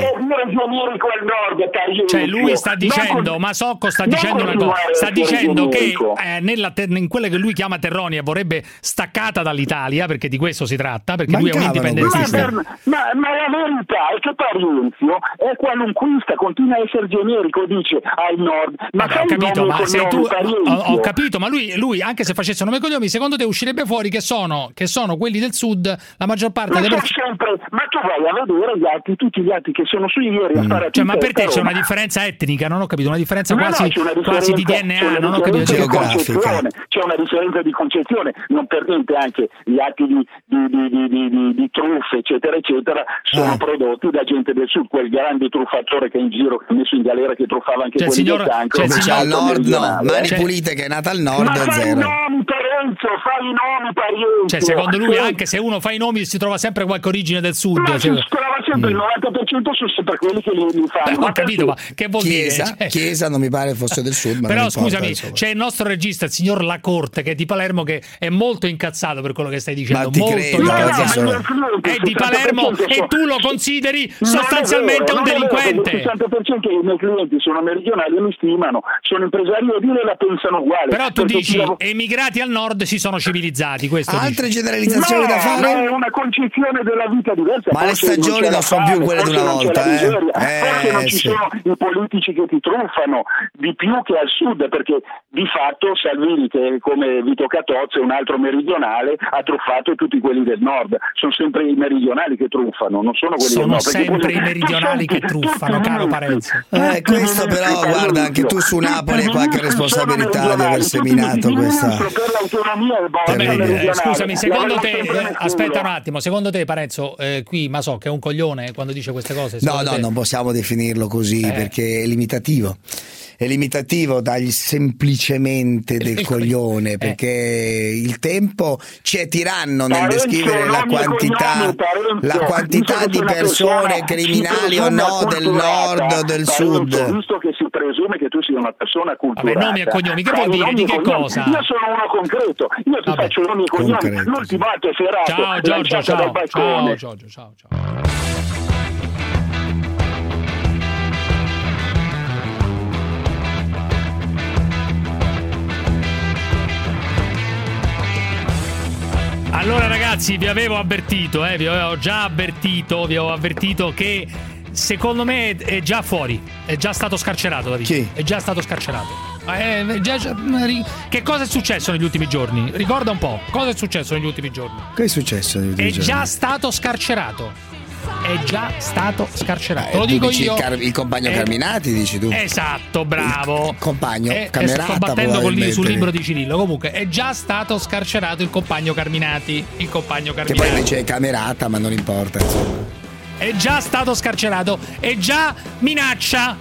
Cioè lui sta dicendo, Masocco sta dicendo una cosa, sta dicendo che in quelle che lui chiama terroni e vorrebbe staccata dall'Italia, perché di questo si tratta, perché lui è un indipendentista. Ma la verità è che Parenzo è qualunquista, continua a essere generico, dice al nord. Ho capito, ma lui anche se facesse nome e cognomi, secondo te uscirebbe fuori che sono quelli del sud, la maggior parte delle persone. Ma tu vai a vedere gli atti, tutti gli atti che sono su ieri a fare. Cioè, ma per te c'è una differenza etnica? Non ho capito, una differenza quasi di DNA, non ho capito. C'è una differenza di concezione, non per niente anche gli atti di truffe, eccetera, eccetera, sono prodotti da gente del sud, quel grande truffatore che è in giro, che ha messo in galera, che truffava anche quelli del cancro. Al nord no, Mani Pulite che è nata al nord è zero. Fai i nomi, Parenzo. Cioè secondo lui anche se uno fa i nomi si trova sempre qualche origine del sud. Ma si trova sempre il 90% sono sempre quelli che li fanno. Ho capito, ma che vuol dire? Chiesa non mi pare fosse del sud, ma però scusami, c'è il nostro regista, il signor Lacorte, che è di Palermo, che è molto incazzato per quello che stai dicendo, molto incazzato. È di Palermo e tu lo consideri sostanzialmente un delinquente. Il 60% dei miei clienti sono meridionali e mi stimano, sono impresari edili e la pensano uguale. Però tu dici emigrati al nord si sono civilizzati, questo altre generalizzazioni da fare? No, è una concezione della vita diversa. Ma le stagioni non sono più quelle di una volta, forse non ci sono i politici che ti truffano di più che al sud, perché di fatto Salvini, che come Vito Catozzo è un altro meridionale, ha truffato tutti quelli del nord. Sono sempre i meridionali che truffano, non sono quelli del nord. Sono sempre i meridionali che truffano, caro Parenzo. Questo però, guarda, anche tu su Napoli hai qualche responsabilità di aver seminato questa. Per l'autonomia scusami, secondo te aspetta un attimo, secondo te Parenzo qui Masocco è un coglione quando dice queste cose? No, non possiamo definirlo così perché è limitativo. È limitativo dargli semplicemente del coglione, perché il tempo ci è tiranno nel descrivere la quantità di persone criminali o no del nord o del sud. Visto che si presume che tu sia una persona culturale. Vabbè, nomi e cognomi, che vuol dire? Di che cosa? Io sono uno concreto, io ti faccio nomi e cognomi. L'ultimo atto è Ferrato. Ciao Giorgio, ciao Giorgio, ciao. Allora ragazzi, vi avevo già avvertito che secondo me è già fuori, è già stato scarcerato Davide. Chi? È già stato scarcerato. Che cosa è successo negli ultimi giorni? Ricorda un po', cosa è successo negli ultimi giorni? Che è successo negli ultimi giorni? È già stato scarcerato. Lo dico io. Il compagno Carminati, dici tu? Esatto, bravo. Il compagno Camerata. Sto battendo sul libro di Cirillo. Comunque è già stato scarcerato il compagno Carminati. Che poi invece è Camerata, ma non importa, insomma. È già stato scarcerato. E già minaccia.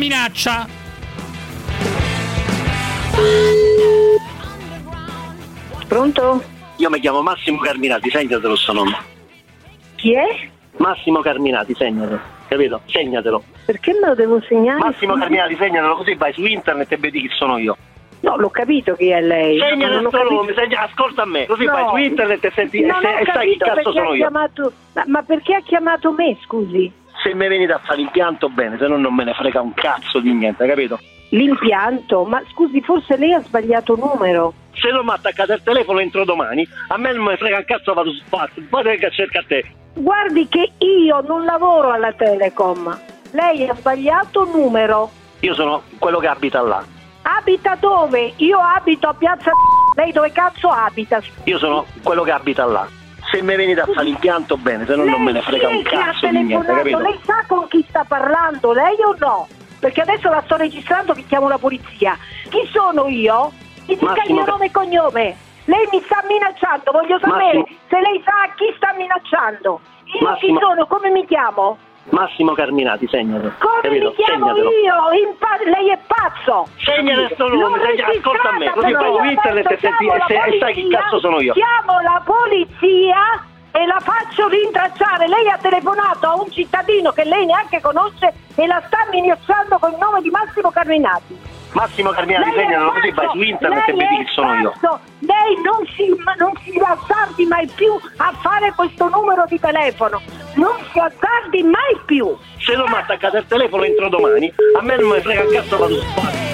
Pronto? Io mi chiamo Massimo Carminati, segnatelo sto nome. Chi è? Massimo Carminati, segnatelo, capito? Segnatelo. Perché me lo devo segnare? Massimo Carminati, segnatelo, così vai su internet e vedi chi sono io. No, l'ho capito chi è lei. Segna il nostro nome, ascolta a me, così no, fai su internet e senti non e sai chi cazzo sono io. Ma perché ha chiamato me, scusi? Se mi venite a fare l'impianto bene, se no non me ne frega un cazzo di niente, capito? L'impianto? Ma scusi, forse lei ha sbagliato numero. Se non mi attaccate il telefono entro domani, a me non me ne frega un cazzo, vado su spazio, poi che cerca a te. Guardi che io non lavoro alla Telecom, lei ha sbagliato numero. Io sono quello che abita là. Abita dove? Io abito a Piazza. Lei dove cazzo abita? Io sono quello che abita là. Se mi venite a fare l'impianto bene, se no non me ne frega un cazzo di niente, capito? Lei sa con chi sta parlando, lei o no? Perché adesso la sto registrando che chiamo la polizia. Chi sono io? Mi dica il mio nome e cognome. Lei mi sta minacciando, voglio sapere se lei sa chi sta minacciando. Io chi sono, come mi chiamo? Massimo Carminati, segnalo. Come capito? Mi chiamo Segnatelo. Io? Lei è pazzo. Segnalo il suo nome, ascolta a me, così fai su internet e sai chi cazzo sono io. Chiamo la polizia e la faccio rintracciare. Lei ha telefonato a un cittadino che lei neanche conosce e la sta minacciando con il nome di Massimo Carminati. Massimo Carminati, segnalo, così vai su internet e vedi chi sono io. Lei non si azzardi mai più a fare questo numero di telefono. Non si azzardi mai più. Se non mi attaccate il telefono entro domani, a me non me ne frega un cazzo, vado su spazio.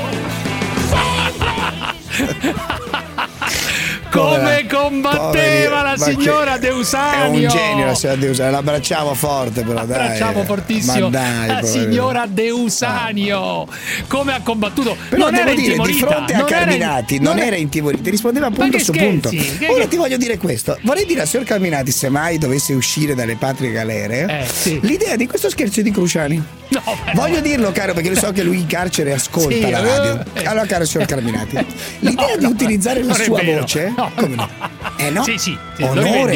Come combatteva la signora Deusanio. È un genio la signora Deusanio, l'abbracciamo forte però, dai. L'abbracciamo fortissimo. La signora Deusanio. Come ha combattuto. Però non devo era dire, intimorita. di fronte a Carminati non era intimorita, rispondeva punto su punto. Ora ti voglio dire questo. Vorrei dire al signor Carminati, se mai dovesse uscire dalle patrie galere, l'idea di questo scherzo di Cruciani. No, voglio dirlo, caro, perché so che lui in carcere ascolta la radio. Allora, caro signor Carminati, l'idea di utilizzare la sua voce, come no? No? Sì, onore,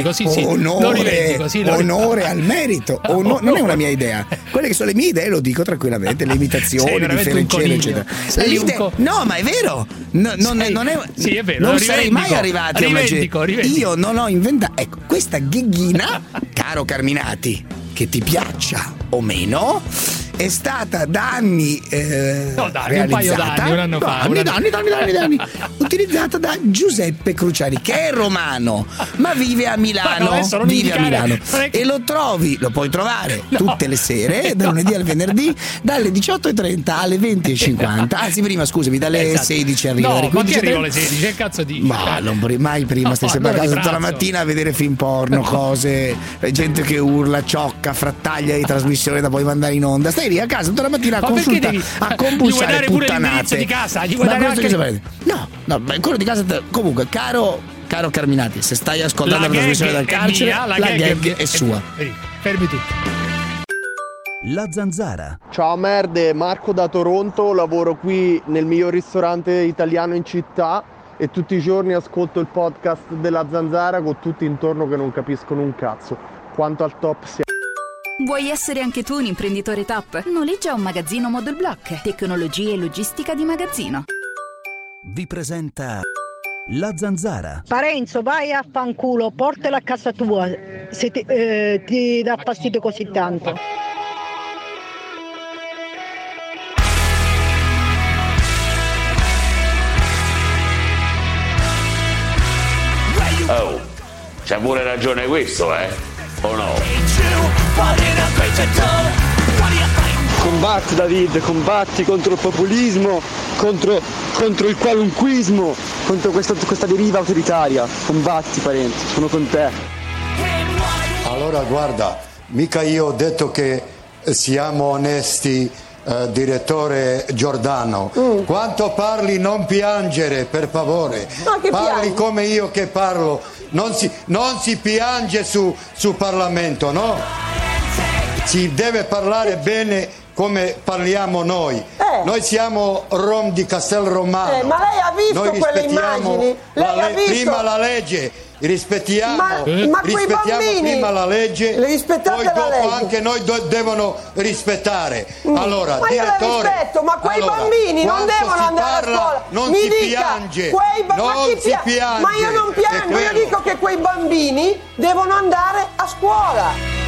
lo onore al merito. Non è una mia idea. Quelle che sono le mie idee, lo dico tranquillamente, le imitazioni di Ferencelli, eccetera. No, ma è vero. Non è vero. Non sarei mai arrivati a rivendico. Io non ho inventato. Ecco, questa gheghina, caro Carminati, che ti piaccia o meno, è stata da anni realizzata, un paio d'anni, un anno fa. Anni, utilizzata da Giuseppe Cruciani, che è romano, ma vive a Milano. E lo puoi trovare tutte le sere, da lunedì al venerdì, dalle 18:30 alle 20:50. Anzi, prima, scusami, dalle 16 arriva. No, ma che arrivo alle 16? Che cazzo dici? Ma mai prima, stai sempre a casa tutta la mattina a vedere film porno, cose, gente che urla, ciocca, frattaglia di trasmissione da poi mandare in onda. Stai lì a casa tutta la mattina a consultare, a compulsare puttanate. Di casa, gli vuoi dare anche... No, quello di casa. Comunque, caro Carminati, se stai ascoltando la trasmissione dal carcere, la gag è sua. Fermi tutti. La Zanzara. Ciao merde, Marco da Toronto, lavoro qui nel miglior ristorante italiano in città e tutti i giorni ascolto il podcast della Zanzara con tutti intorno che non capiscono un cazzo. Quanto al top siamo. Vuoi essere anche tu un imprenditore top? Noleggia un magazzino Model Block. Tecnologia e logistica di magazzino. Vi presenta La Zanzara. Parenzo, vai a fanculo, portala a casa tua se ti dà fastidio così tanto. Oh, c'ha pure ragione questo, o no? Combatti David, combatti contro il populismo, contro il qualunquismo, contro questa deriva autoritaria. Combatti parenti, sono con te. Allora guarda, mica io ho detto che siamo onesti, direttore Giordano. Quanto parli non piangere, per favore. Parli come io che parlo. Non si piange su Parlamento, no? Si deve parlare bene come parliamo noi. Noi siamo Rom di Castelromano. Ma lei ha visto quelle immagini? Lei ha visto? Prima la legge, rispettiamo quei bambini, prima la legge, poi dopo anche noi devono rispettare. Allora, ma direttore, io la rispetto, ma quei bambini non devono andare a scuola. Non si piange. Ma io non piango, io dico che quei bambini devono andare a scuola.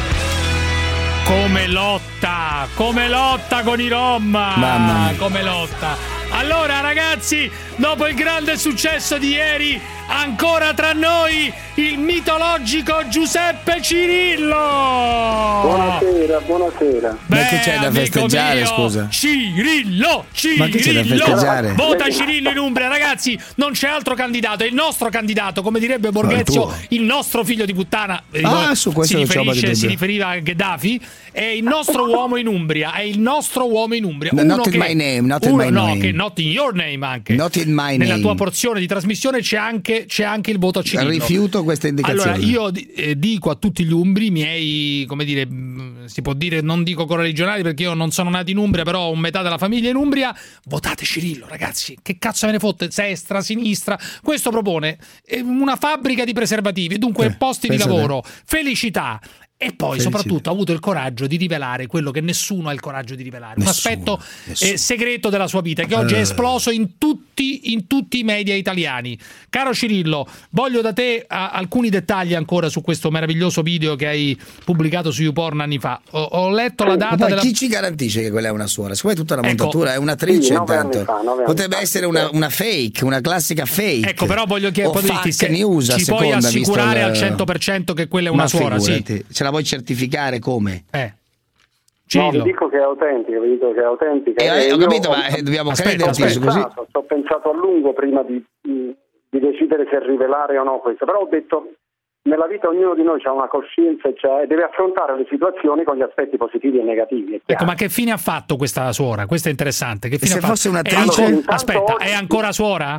Come lotta con i Rom. Mamma mia. Come lotta. Allora ragazzi, dopo il grande successo di ieri, ancora tra noi il mitologico Giuseppe Cirillo. Buonasera. Ma che c'è da festeggiare, scusa? Cirillo. Ma che c'è da festeggiare? Vota Cirillo in Umbria, ragazzi, non c'è altro candidato, è il nostro candidato, come direbbe Borghezio, il nostro figlio di puttana. Su questo si riferiva a Gheddafi, è il nostro uomo in Umbria, Not in my name, not in my name. Not in your name anche. Not in my Nella name. tua porzione di trasmissione c'è anche il voto a Cirillo. Rifiuto questa indicazione. Allora io dico a tutti gli umbri miei, come dire, si può dire, non dico correligionari perché io non sono nato in Umbria, però ho metà della famiglia in Umbria, votate Cirillo, ragazzi, che cazzo me ne fotte, destra, sinistra. Questo propone una fabbrica di preservativi, dunque posti di lavoro, felicità. E poi soprattutto ha avuto il coraggio di rivelare quello che nessuno ha il coraggio di rivelare, un aspetto segreto della sua vita che oggi è esploso in tutti i media italiani. Caro Cirillo, voglio da te alcuni dettagli ancora su questo meraviglioso video che hai pubblicato su YouPorn anni fa. Ho letto la data della... Chi ci garantisce che quella è una suora? Siccome è tutta una montatura, è un'attrice intanto. Potrebbe essere una fake, una classica fake. Ecco, però voglio chiederti se news, ci puoi assicurare al 100% che quella è una suora, sì. Ce la vuoi certificare come? No, vi dico che è autentica, ho capito, ma dobbiamo crederti così. Ci ho pensato a lungo prima di decidere se rivelare o no questo, però ho detto, nella vita ognuno di noi ha una coscienza e deve affrontare le situazioni con gli aspetti positivi e negativi. Ecco, ma che fine ha fatto questa suora? Questo è interessante. Che fine se ha fatto? Fosse un'attrice... Aspetta, è ancora suora?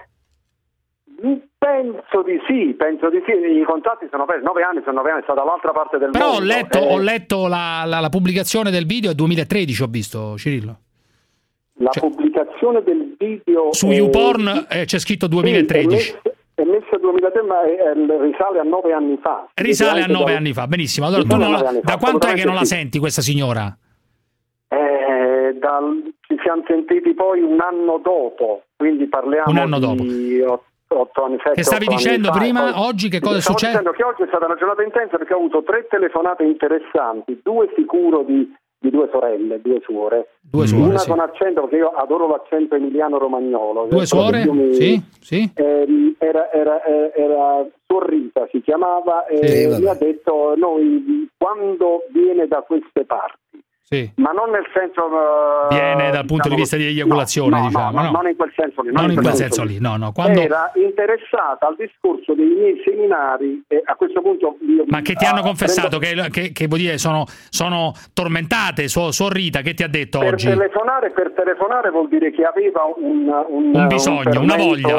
Penso di sì, i contatti sono persi, 9 anni, è stata dall'altra parte del mondo. Però ho letto la pubblicazione del video è 2013, ho visto, Cirillo. La pubblicazione del video... Su YouPorn c'è scritto 2013. È messo 2003, ma risale a 9 anni fa. Risale a 9 anni fa, benissimo. Allora, tu da quanto è che non la senti questa signora? Ci siamo sentiti poi un anno dopo, quindi parliamo un anno di 8 anni, 7, che stavi dicendo prima, oggi che cosa è successo? Stavo dicendo che oggi è stata una giornata intensa perché ho avuto 3 telefonate interessanti, 2 sicuro di 2 sorelle, 2 suore. Una con accento, perché io adoro l'accento emiliano-romagnolo. 2 suore? Sì. Era Suor Rita, si chiamava, e mi ha detto, noi quando viene da queste parti, ma non nel senso viene dal punto di vista di eiaculazione, non in quel senso lì, non in quel senso lì, quando era interessata al discorso dei miei seminari e a questo punto ma che ti hanno confessato che vuol dire sono tormentate, Suor Rita, che ti ha detto oggi? Per telefonare vuol dire che aveva un bisogno, una voglia.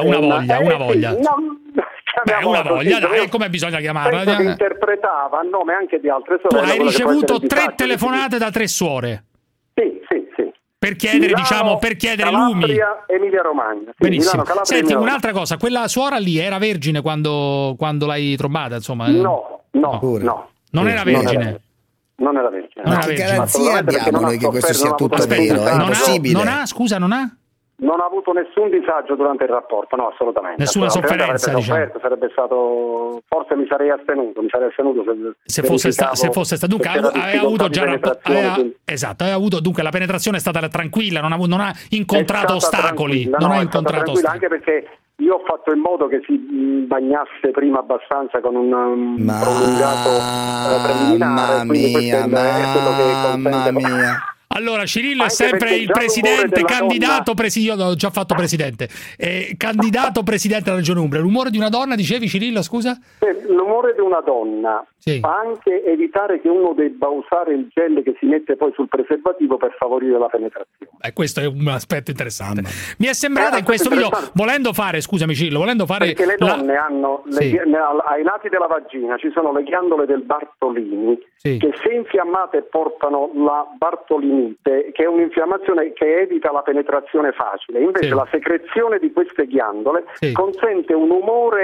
Una voglia, dai, come bisogna chiamarla? Che interpretava a nome anche di altre sorelle. Tu hai ricevuto 3 telefonate da 3 suore? Sì. Per chiedere, Milano, per chiedere Calabria, lumi. Emilia Romagna. Sì, benissimo. Milano, Senti, un'altra cosa, quella suora lì era vergine quando l'hai trovata, insomma? No. Non era vergine. Non era vergine. Ma che garanzia abbiamo noi che questo sia tutto vero? È impossibile. Non ha avuto nessun disagio durante il rapporto, no, assolutamente. Nessuna sofferenza, diciamo. Sarebbe stato, forse mi sarei astenuto se fosse stato. Dunque aveva avuto già aveva avuto, dunque la penetrazione è stata tranquilla, non ha incontrato ostacoli, anche perché io ho fatto in modo che si bagnasse prima abbastanza con un prolungato preliminare, quindi questo è quello che consente. Allora, Cirillo è sempre il presidente, candidato io l'ho già fatto presidente, candidato presidente della Regione Umbria. L'umore di una donna, dicevi, Cirillo, scusa? L'umore di una donna fa anche evitare che uno debba usare il gel che si mette poi sul preservativo per favorire la penetrazione. Questo è un aspetto interessante. Mi è sembrato in questo video, scusami Cirillo, perché le donne hanno ai lati della vagina ci sono le ghiandole del Bartolini che se infiammate portano la Bartolinite, che è un'infiammazione che evita la penetrazione facile. Invece la secrezione di queste ghiandole consente un umore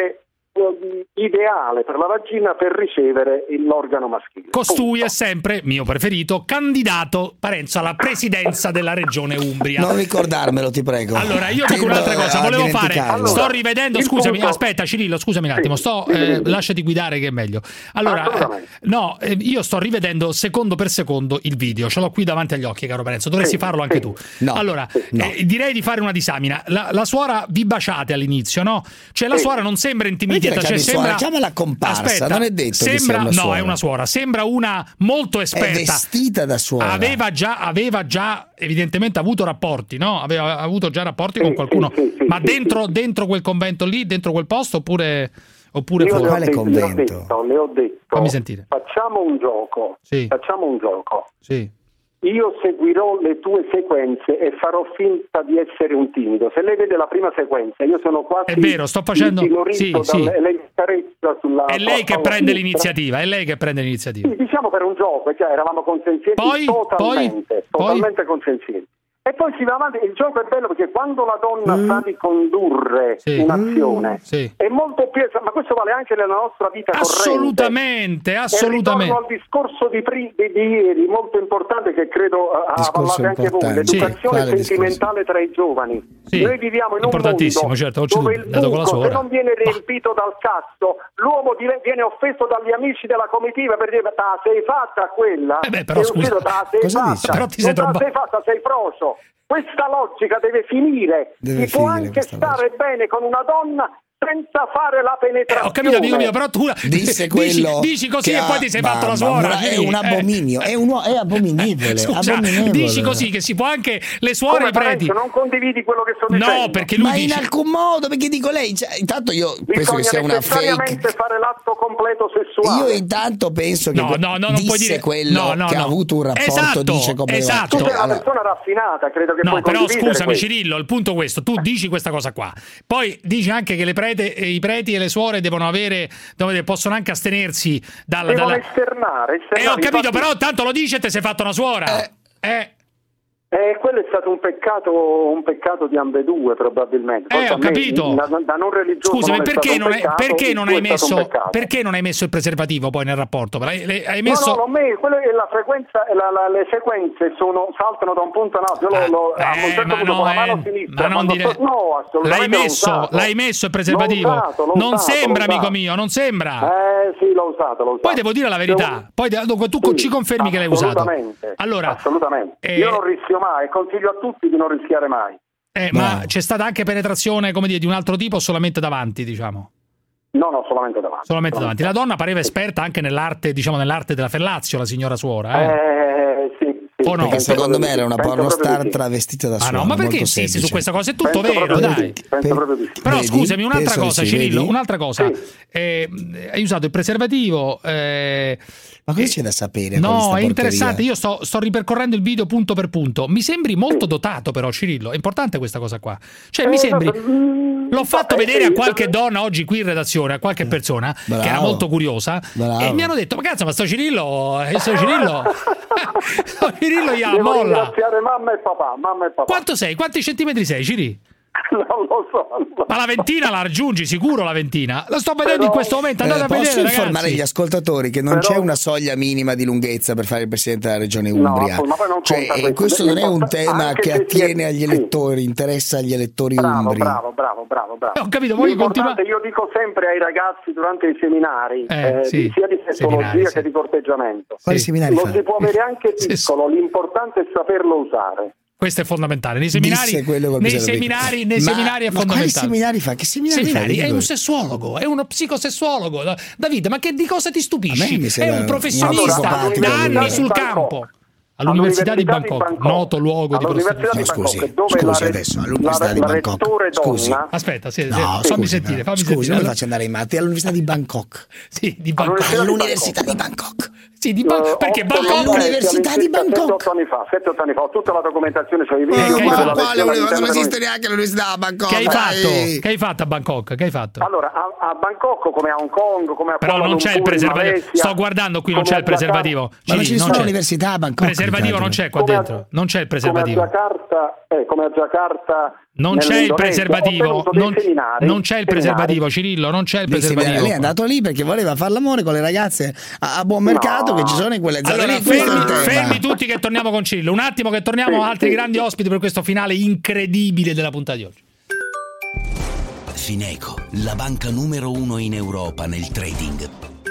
ideale per la vagina per ricevere l'organo maschile. Costui è sempre, mio preferito, candidato Parenzo alla presidenza della regione Umbria. Non ricordarmelo, ti prego. Allora, io dico un'altra cosa, volevo fare, sto rivedendo, scusami, aspetta Cirillo, scusami un attimo, lasciati guidare che è meglio. Allora, io sto rivedendo secondo per secondo il video, ce l'ho qui davanti agli occhi, caro Parenzo, dovresti farlo anche tu. No, allora, direi di fare una disamina. La suora vi baciate all'inizio, no? Cioè la suora non sembra intimidita, cioè sembra... Chiamala comparsa, aspetta, non è detto sembra, che sia una suora. No, è una suora, sembra una molto esperta. È vestita da suora. Aveva già evidentemente avuto rapporti, no? Aveva avuto già rapporti con qualcuno, ma dentro quel convento lì, dentro quel posto, oppure fuori? Quale convento? Le ho detto, fammi sentire. Facciamo un gioco. Sì. Io seguirò le tue sequenze e farò finta di essere un timido. Se lei vede la prima sequenza, io sono quasi... È vero, sto facendo... Sì. Lei carezza sulla... È lei che prende l'iniziativa, Sì, diciamo per un gioco, cioè eravamo consenzienti totalmente consenzienti. E poi si va avanti, il gioco è bello perché quando la donna sa di condurre un'azione è molto più, ma questo vale anche nella nostra vita assolutamente. E ritorno al discorso di ieri, molto importante, che credo parlate anche voi, l'educazione sentimentale tra i giovani. Noi viviamo in un mondo dove il buco, se non viene riempito dal cazzo, l'uomo viene offeso dagli amici della comitiva per dire sei fatta quella, però scusa, sei fatta, sei frocio. Questa logica deve finire. Si può anche stare bene con una donna senza fare la penetrazione. Ho capito, amico mio, però tu dici così e poi ti sei fatto la suora. È un abominio, è abominibile. Dici così che si può anche le suore e i preti. Non condividi quello che sto dicendo. No, perché lui in alcun modo, perché dico lei, intanto io penso che sia una fake. Fare l'atto completo sessuale. Io intanto penso che non puoi dire quello che ha avuto un rapporto, dice come tu sei una persona raffinata, credo che puoi però scusami Cirillo, il punto è questo, tu dici questa cosa qua. Poi dici anche che i preti e le suore possono anche astenersi devono esternare. Ho capito, però tanto lo dice e te sei fatto una suora. Quello è stato un peccato di ambedue, probabilmente. Ho capito. Da non religioso. Scusami, perché non hai messo il preservativo poi nel rapporto? Hai messo... No, quello è la frequenza, le sequenze saltano da un punto all'altro. A un certo punto con la mano sinistra. Ma non dire... No, assolutamente. L'hai messo il preservativo? Non sembra, amico mio, non sembra. Sì, l'ho usato. Poi devo dire la verità. Poi tu ci confermi che l'hai usato. Assolutamente. Io non rischio mai, consiglio a tutti di non rischiare mai. Ma c'è stata anche penetrazione, come dire, di un altro tipo o solamente davanti, diciamo? No, solamente davanti. Solamente davanti. La donna pareva esperta anche nell'arte, diciamo, nell'arte della fellazio, la signora suora, Sì. O no? Perché secondo me era una pornostar travestita da suora. No, ma perché insisti su questa cosa? È tutto vero, dai. Però scusami, un'altra cosa, Cirillo, un'altra cosa. Hai usato il preservativo. Ma cosa c'è da sapere? No, è interessante. Io sto ripercorrendo il video punto per punto. Mi sembri molto dotato, però, Cirillo. È importante questa cosa qua. Cioè, mi sembri. L'ho fatto vedere a qualche donna oggi qui in redazione, a qualche persona che era molto curiosa. E mi hanno detto: ma cazzo, ma sto Cirillo io devo ringraziare mamma e papà. Quanto sei? Quanti centimetri sei, Ciri? Non lo so. Ma la ventina la raggiungi sicuro, la ventina. Lo sto vedendo in questo momento, andate a vedere, posso informare gli ascoltatori che non c'è una soglia minima di lunghezza per fare il presidente della regione Umbria. Questo non è un tema che attiene agli elettori, interessa agli elettori umbri. Bravo. Ho capito, voi continuate. Io dico sempre ai ragazzi durante i seminari, sia di sessuologia che di corteggiamento. Quali seminari lo si può avere anche piccolo, l'importante è saperlo usare. Questo è fondamentale. Nei seminari è fondamentale. Quali seminari fa? Che seminari fa? È un sessuologo, è uno psicosessuologo. Davide, ma che di cosa ti stupisci? È un professionista da anni sul campo. All'Università di Bangkok, noto luogo di prostituzione. Scusi adesso, all'Università di Bangkok. Scusi. Aspetta, fammi sentire. Scusi, non mi faccio andare ai matti. All'Università di Bangkok. Sì, di Bangkok. All'Università di Bangkok. Sì, perché Bangkok, l'università di Bangkok. 7-8 anni fa, ho tutta la documentazione sui video. Non esiste neanche l'università a Bangkok. Che hai fatto a Bangkok? Che hai fatto? Allora, a Bangkok, come a Hong Kong, come a Però non c'è il preservativo. Sto guardando qui, non c'è il preservativo. Ma non ci sono l'università a Bangkok. Il preservativo non c'è qua dentro. Non c'è il preservativo. Come a Jakarta. Non c'è il preservativo, non c'è il preservativo, Cirillo, non c'è il preservativo. Lei è andato lì perché voleva fare l'amore con le ragazze a buon mercato che ci sono in quelle zone. Allora, fermi tutti che torniamo con Cirillo. Un attimo che torniamo a altri grandi ospiti per questo finale incredibile della puntata di oggi. Fineco, la banca numero 1 in Europa nel trading,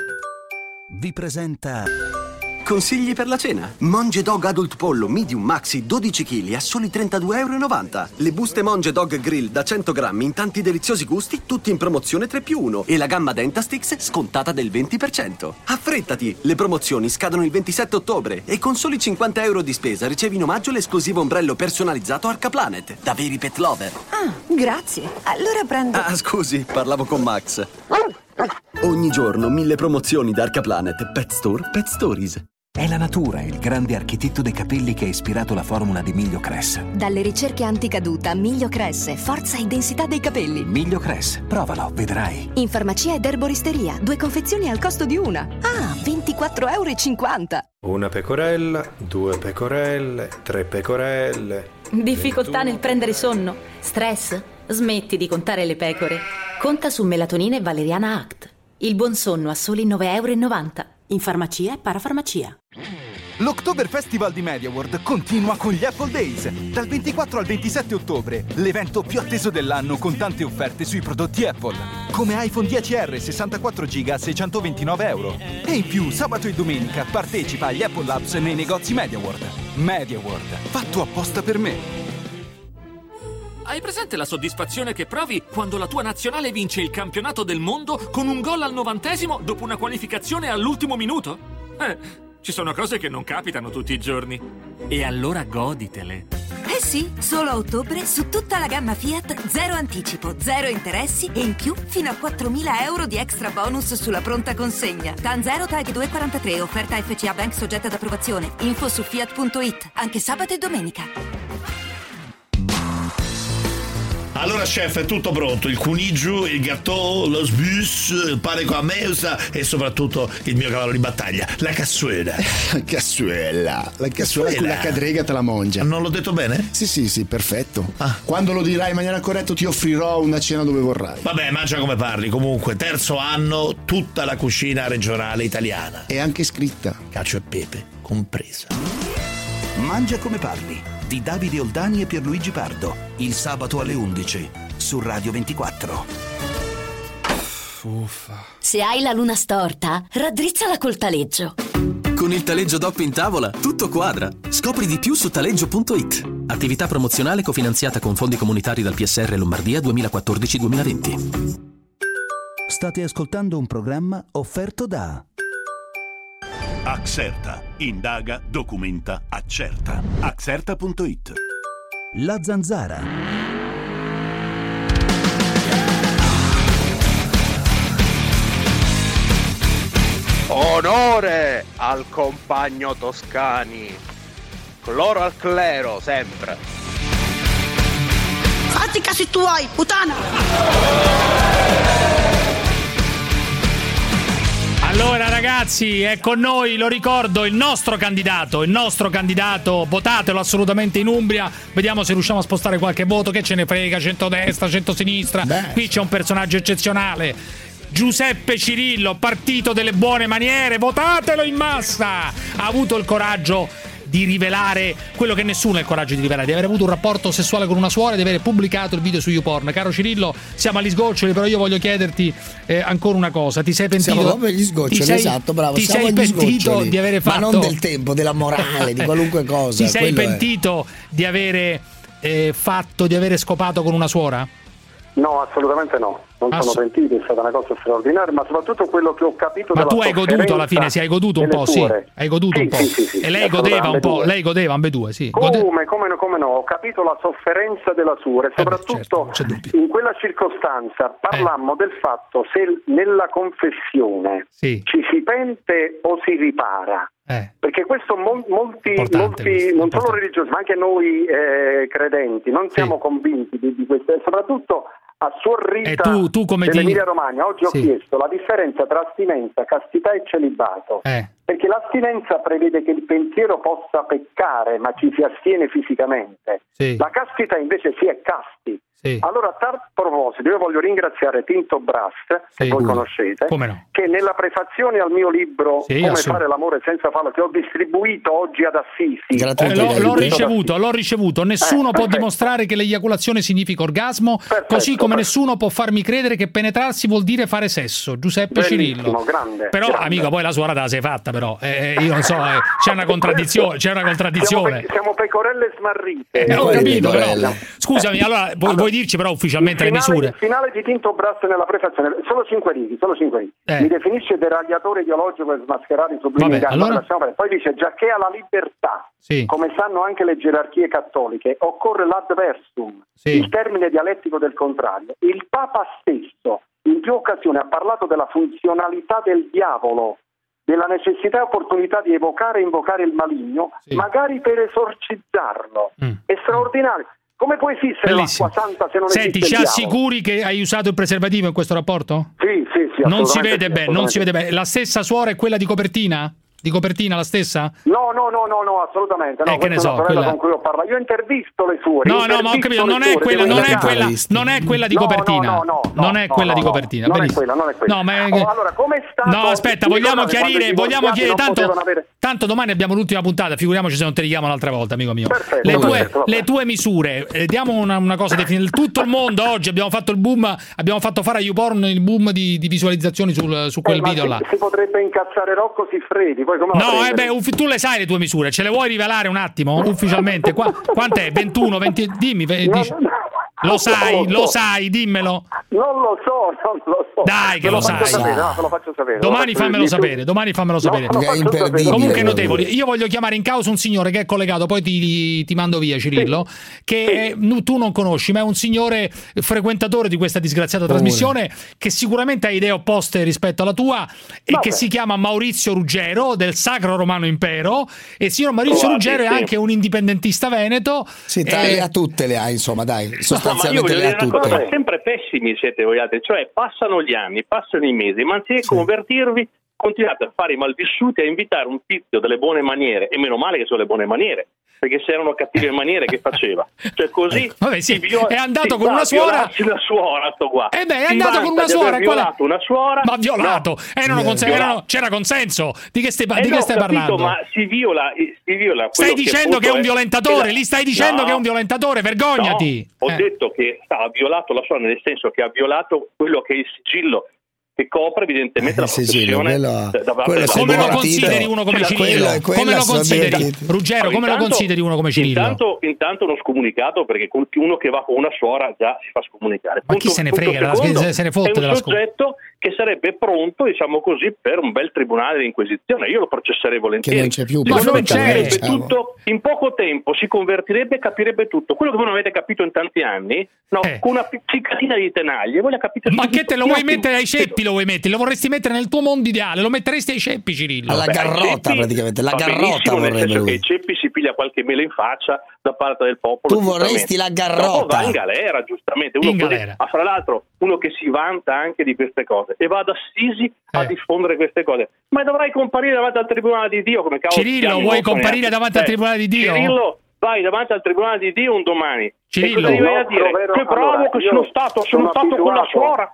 vi presenta... Consigli per la cena? Monge Dog Adult Pollo Medium Maxi 12 kg a soli €32,90. Le buste Monge Dog Grill da 100 grammi in tanti deliziosi gusti, tutti in promozione 3+1. E la gamma Dentastix scontata del 20%. Affrettati! Le promozioni scadono il 27 ottobre e con soli €50 di spesa ricevi in omaggio l'esclusivo ombrello personalizzato Arca Planet, da veri pet lover. Ah, grazie. Allora prendo... Ah, scusi, parlavo con Max. Ogni giorno 1000 promozioni da Arca Planet. Pet Store, Pet Stories. È la natura il grande architetto dei capelli che ha ispirato la formula di Miglio Cress. Dalle ricerche anticaduta, Miglio Cress, forza e densità dei capelli. Miglio Cress, provalo, vedrai. In farmacia ed erboristeria, 2 confezioni al costo di una. Ah, €24,50. Una pecorella, 2 pecorelle, 3 pecorelle. Difficoltà nel prendere sonno? Stress? Smetti di contare le pecore. Conta su Melatonina e Valeriana Act. Il buon sonno a soli €9,90. In farmacia e parafarmacia. L'October Festival di MediaWorld continua con gli Apple Days. Dal 24 al 27 ottobre, l'evento più atteso dell'anno con tante offerte sui prodotti Apple. Come iPhone 10R 64 GB a €629. E in più, sabato e domenica, partecipa agli Apple Labs nei negozi MediaWorld. MediaWorld, fatto apposta per me. Hai presente la soddisfazione che provi quando la tua nazionale vince il campionato del mondo con un gol al 90° dopo una qualificazione all'ultimo minuto? Ci sono cose che non capitano tutti i giorni. E allora goditele. Eh sì, solo a ottobre su tutta la gamma Fiat, 0 anticipo, 0 interessi e in più fino a €4.000 di extra bonus sulla pronta consegna. TAN 0 TAG 243, offerta FCA Bank soggetta ad approvazione. Info su fiat.it, anche sabato e domenica. Allora chef, è tutto pronto, il cunigiu, il gâteau, lo sbus, il pane con la meusa e soprattutto il mio cavallo di battaglia, la cassuela. La cassuela con la cadrega te la mangia. Non l'ho detto bene? Sì, perfetto. Quando lo dirai in maniera corretta ti offrirò una cena dove vorrai. Vabbè, mangia come parli. Comunque, terzo anno, tutta la cucina regionale italiana. E anche scritta. Cacio e pepe, compresa. Mangia come parli, di Davide Oldani e Pierluigi Pardo, il sabato alle 11 su Radio 24. Uffa. Se hai la luna storta, raddrizzala col taleggio. Con il taleggio DOP in tavola, tutto quadra. Scopri di più su taleggio.it. Attività promozionale cofinanziata con fondi comunitari dal PSR Lombardia 2014-2020. State ascoltando un programma offerto da Axerta. Indaga, documenta, accerta. Axerta.it. La Zanzara. Onore al compagno Toscani. Cloro al clero, sempre. Fatti i casi tuoi, puttana! Allora ragazzi, è con noi, lo ricordo, il nostro candidato, votatelo assolutamente in Umbria, vediamo se riusciamo a spostare qualche voto, che ce ne frega, centrodestra, centrosinistra, qui c'è un personaggio eccezionale, Giuseppe Cirillo, partito delle buone maniere, votatelo in massa, ha avuto il coraggio di rivelare quello che nessuno ha il coraggio di rivelare, di aver avuto un rapporto sessuale con una suora e di aver pubblicato il video su YouPorn. Caro Cirillo, siamo agli sgoccioli, però io voglio chiederti ancora una cosa. Ti sei pentito? Siamo proprio agli sgoccioli, esatto, bravo. Ti sei pentito di avere fatto... Ma non del tempo, della morale, di qualunque cosa. Ti sei pentito di avere scopato con una suora? No, assolutamente no. non sono pentito, è stata una cosa straordinaria, ma soprattutto quello che ho capito. Ma tu hai goduto alla fine, hai goduto un po', sì. Hai goduto un po'. Sì, e lei godeva un po', lei godeva ambedue, sì. Come no, ho capito la sofferenza della suora e soprattutto in quella circostanza parlammo del fatto se nella confessione ci si pente o si ripara. Perché questo molti non solo religiosi, ma anche noi credenti, non siamo convinti di questo, e soprattutto a Suor Rita dell'Emilia Romagna oggi ho chiesto la differenza tra astinenza, castità e celibato, perché l'astinenza prevede che il pensiero possa peccare ma ci si astiene fisicamente, la castità invece si è casti. Allora, a tal proposito, io voglio ringraziare Tinto Brass, che voi conoscete, che nella prefazione al mio libro Come fare l'amore senza fallo, che ho distribuito oggi ad Assisi, l'ho ricevuto. Nessuno può dimostrare che l'eiaculazione significa orgasmo, così come nessuno può farmi credere che penetrarsi vuol dire fare sesso. Giuseppe Cirillo. Però, amico, poi la suora te la sei fatta, però io non so, c'è una contraddizione. Siamo pecorelle smarrite. Ho capito, però. Scusami, allora vuoi dirci però ufficialmente le misure? Il finale di Tinto Brass nella prefazione, solo 5 righe. Mi definisce deragliatore ideologico e smascherare i sublimi inganni. Poi dice: giacché alla libertà, come sanno anche le gerarchie cattoliche, occorre l'adversum, il termine dialettico del contrario. Il Papa stesso in più occasioni ha parlato della funzionalità del diavolo, della necessità e opportunità di evocare e invocare il maligno, magari per esorcizzarlo. È straordinario. Come può esistere l'acqua santa se non esiste il diavolo? Senti, ci assicuri che hai usato il preservativo in questo rapporto? Sì. Non si vede bene. La stessa suora è quella di copertina? Di copertina la stessa? No, assolutamente. No, che ne so, quella con cui ho parlato. Io intervisto le suore. No, ma ho capito, non è quella di copertina. Non è quella di copertina. Non è quella. No, ma allora, come è stato? No, aspetta, vogliamo chiarire, tanto domani abbiamo l'ultima puntata, figuriamoci se non te richiamo un'altra volta, amico mio. Perfetto, le tue misure, diamo una cosa definita. Tutto il mondo oggi abbiamo fatto il boom, abbiamo fatto fare a YouPorn il boom di visualizzazioni su quel video là. Si potrebbe incazzare Rocco Siffredi. Tu le sai le tue misure, ce le vuoi rivelare un attimo ufficialmente? Quant'è? 21, 20? Dimmi. Lo sai, dimmelo. Non lo so. Dai, che lo sai. Te lo faccio sapere. Domani fammelo sapere. Comunque notevoli. Io voglio chiamare in causa un signore che è collegato, poi ti mando via, Cirillo, che tu non conosci, ma è un signore frequentatore di questa disgraziata trasmissione, che sicuramente ha idee opposte rispetto alla tua, e che si chiama Maurizio Ruggero del Sacro Romano Impero. E il signor Maurizio Ruggero è anche un indipendentista veneto. Sì, a tutte le ha, insomma, dai. Ma io voglio dire una cosa, sempre pessimi siete voi altri, cioè passano gli anni, passano i mesi, ma anziché convertirvi continuate a fare i malvissuti, a invitare un tizio delle buone maniere, e meno male che sono le buone maniere, perché se erano cattive maniere che faceva? Cioè così è andato con una suora. La suora sto qua. È andato con una suora, una suora. Ma violato. C'era consenso. Di che stai parlando? Ma si viola. Stai dicendo che è un violentatore, gli stai dicendo che è un violentatore, vergognati. Ho detto che ha violato la suora, nel senso che ha violato quello che è il sigillo che copre evidentemente la professione. Come lo consideri uno come Cirillo? Come lo consideri? Ruggero, come lo consideri uno come Cirillo? Intanto uno scomunicato, perché uno che va con una suora già si fa scomunicare. Ma chi se ne frega, se ne fotte della scuola? È un soggetto che sarebbe pronto, diciamo così, per un bel tribunale di inquisizione. Io lo processerei volentieri. Che non c'è più. Ma non c'è, tutto in poco tempo si convertirebbe e capirebbe tutto. Quello che voi non avete capito in tanti anni, con una pizzicatina di tenaglie, voi la capite. Ma che te lo vuoi mettere ai ceppi? Lo vorresti mettere nel tuo mondo ideale? Lo metteresti ai ceppi, Cirillo? Alla garrotta, praticamente. La garrotta vorrebbe, nel senso che ai ceppi si piglia qualche mela in faccia da parte del popolo. Tu vorresti la garrotta? Va in galera, giustamente. Ma fra l'altro uno che si vanta anche di queste cose e va ad Assisi a diffondere queste cose. Ma dovrai comparire davanti al tribunale di Dio, come cavolo. Cirillo, vuoi comparire davanti al tribunale di Dio? Cirillo, vai davanti al tribunale di Dio un domani. Cirillo, e cosa gli vai a dire? Che bravo che sono stato con la suora.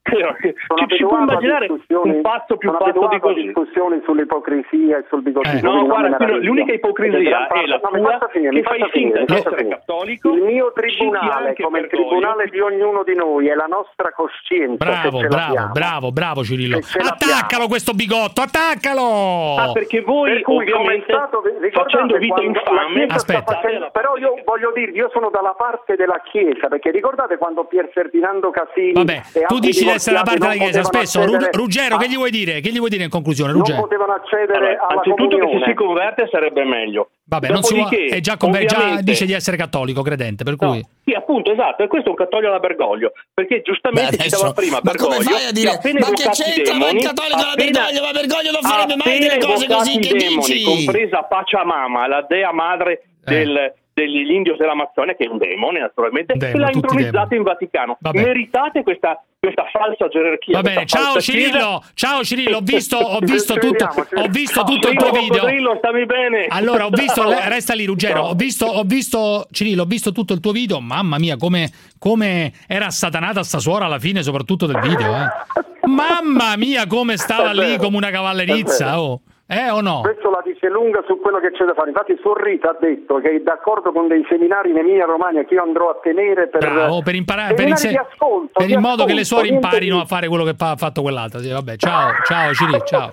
Ci può immaginare un pazzo più pazzo di così? Discussioni sull'ipocrisia e sul bigottismo. No, guarda, l'unica ipocrisia è la tua, che fai finta di essere cattolico. Il mio tribunale, come il tribunale di ognuno di noi, è la nostra coscienza. Bravo Cirillo. Attaccalo questo bigotto, attaccalo! Perché voi ovviamente facendo vita infame. Aspetta. Però io voglio dirvi, io sono dalla parte della Chiesa, perché ricordate quando Pier Ferdinando Casini... Vabbè, tu dici di essere dalla parte della Chiesa, spesso. Ruggero, che gli vuoi dire? Che gli vuoi dire in conclusione, Ruggero? Non potevano accedere alla anzitutto comunione. che se si converte sarebbe meglio. Vabbè, non si è già dice di essere cattolico, credente, per cui... No. Sì, appunto, esatto, e questo è un cattolico alla Bergoglio, perché giustamente citava prima Bergoglio, come fai a dire, ma che c'entra il cattolico alla Bergoglio? Ma Bergoglio non farebbe mai delle cose così che dici? Compresa Pachamama, la dea madre degli indios dell'Amazzonia, che è un demone naturalmente, e l'ha intronizzata in Vaticano. Vabbè. Meritate questa falsa gerarchia. Va bene, ciao Cirillo, ho visto tutto il tuo video. Cirillo, stammi bene. Allora, resta lì Ruggero, ho visto Cirillo, ho visto tutto il tuo video, mamma mia, come era assatanata sta suora alla fine, soprattutto del video, Mamma mia, come stava lì come una cavallerizza, o no? Questo la dice lunga su quello che c'è da fare. Infatti Sorrita ha detto che è d'accordo con dei seminari in Emilia Romagna che io andrò a tenere per imparare, per il modo che le suore imparino a fare quello che ha fatto quell'altra. Sì, vabbè, ciao Ciri, ciao.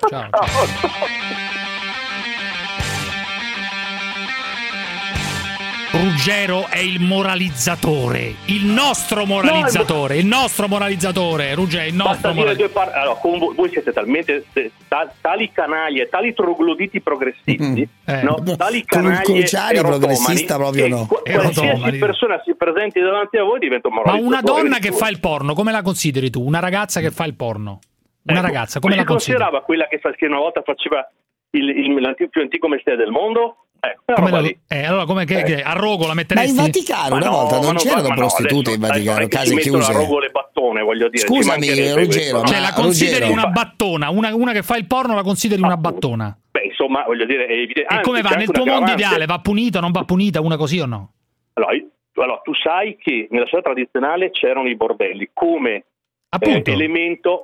Ruggero è il moralizzatore, il nostro moralizzatore, Ruggero, il nostro moralizzatore. Allora, voi siete talmente tali canaglie, tali trogloditi progressisti, no? Tali canaglie progressista proprio no. Qualsiasi persona si presenti davanti a voi diventa un moralizzatore. Ma una donna che fa il porno, come la consideri tu? Una ragazza che fa il porno? Una ragazza, come la consideri? Considerava quella che una volta faceva il più antico mestiere del mondo? Allora come che a Rogo la metteresti? Ma in Vaticano una volta non c'erano prostitute in Vaticano, case chiuse. A Rogo le battone, voglio dire. Scusami, Ruggero, cioè la consideri una battona, una che fa il porno la consideri una battona? Beh, insomma, voglio dire, è evidente. E come va nel tuo mondo ideale? Va punita, non va punita, una così o no? Allora, tu sai che nella società tradizionale c'erano i bordelli come elemento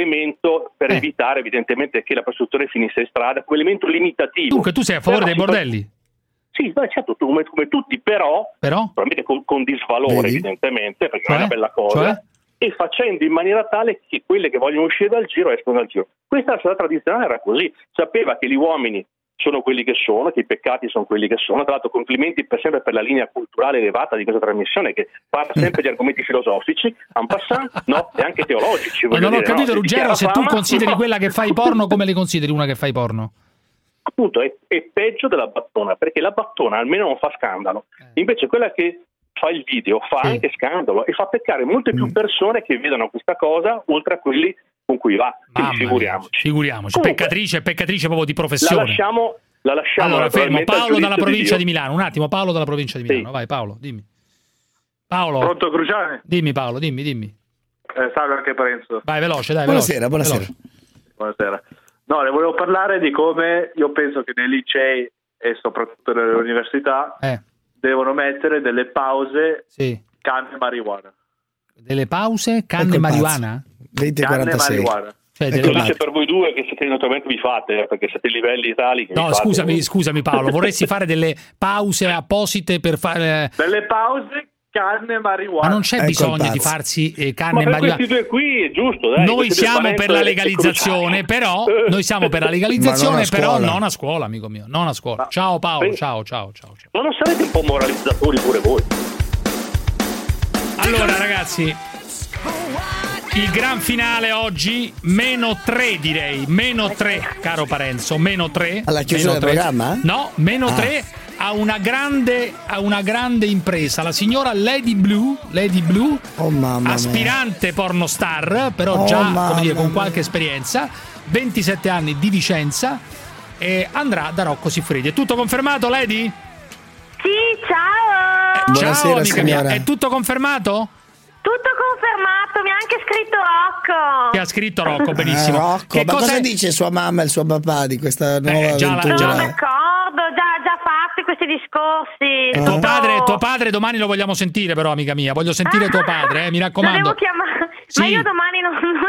per evitare evidentemente che la prostituzione finisse in strada, quell'elemento limitativo. Dunque tu sei a favore dei bordelli? Sì, certo, come tutti, però? Probabilmente con disvalore, evidentemente, perché non è una bella cosa, e facendo in maniera tale che quelle che vogliono uscire dal giro escono dal giro. Questa società tradizionale era così, sapeva che gli uomini sono quelli che sono, che i peccati sono quelli che sono. Tra l'altro complimenti sempre per la linea culturale elevata di questa trasmissione, che parla sempre di argomenti filosofici, en passant, e anche teologici. Ma non ho capito, Ruggero, se tu consideri quella che fa i porno, come le consideri una che fa i porno? Appunto, è peggio della battona, perché la battona almeno non fa scandalo. Invece quella che fa il video fa anche scandalo e fa peccare molte più persone che vedono questa cosa, oltre a quelli con cui va. Quindi figuriamoci. Comunque, peccatrice proprio di professione. La lasciamo. Allora, fermo. Paolo dalla provincia di Milano. Un attimo, Paolo dalla provincia di Milano. Vai, Paolo, dimmi. Paolo. Pronto, Cruciani? Dimmi, Paolo, dimmi. Salve anche Parenzo. Vai, veloce, dai. Buonasera. Buonasera. No, le volevo parlare di come io penso che nei licei e soprattutto nelle università devono mettere delle pause canne marijuana. Delle pause canne marijuana? 20:46. Lo dice per voi due che siete naturalmente vi fate, perché siete a livelli tali che scusami Paolo, vorresti fare delle pause apposite per fare delle pause canne marijuana. Ma non c'è bisogno di farsi canne marijuana. Ma questi due qui è giusto, dai. Noi siamo per la legalizzazione, però non a scuola, amico mio, non a scuola. Ciao Paolo, ciao. Ma non sarete un po' moralizzatori pure voi? Allora ragazzi, il gran finale oggi, -3 direi, -3, caro Parenzo, -3. Alla chiusura del programma? No, -3 a una grande impresa, la signora Lady Blue, aspirante pornostar, però già con qualche esperienza, 27 anni di Vicenza, e andrà da Rocco Siffredi. È tutto confermato, Lady? Sì, ciao! Buonasera, amica signora. mia. È tutto confermato? Tutto confermato, mi ha anche scritto Rocco. Ti ha scritto Rocco, benissimo. Rocco, ma cosa dice sua mamma e il suo papà di questa nuova avventura? Sono d'accordo, già fatti questi discorsi. Tuo padre domani lo vogliamo sentire, però, amica mia. Voglio sentire tuo padre, mi raccomando. Lo devo chiamare. Sì. Ma io domani non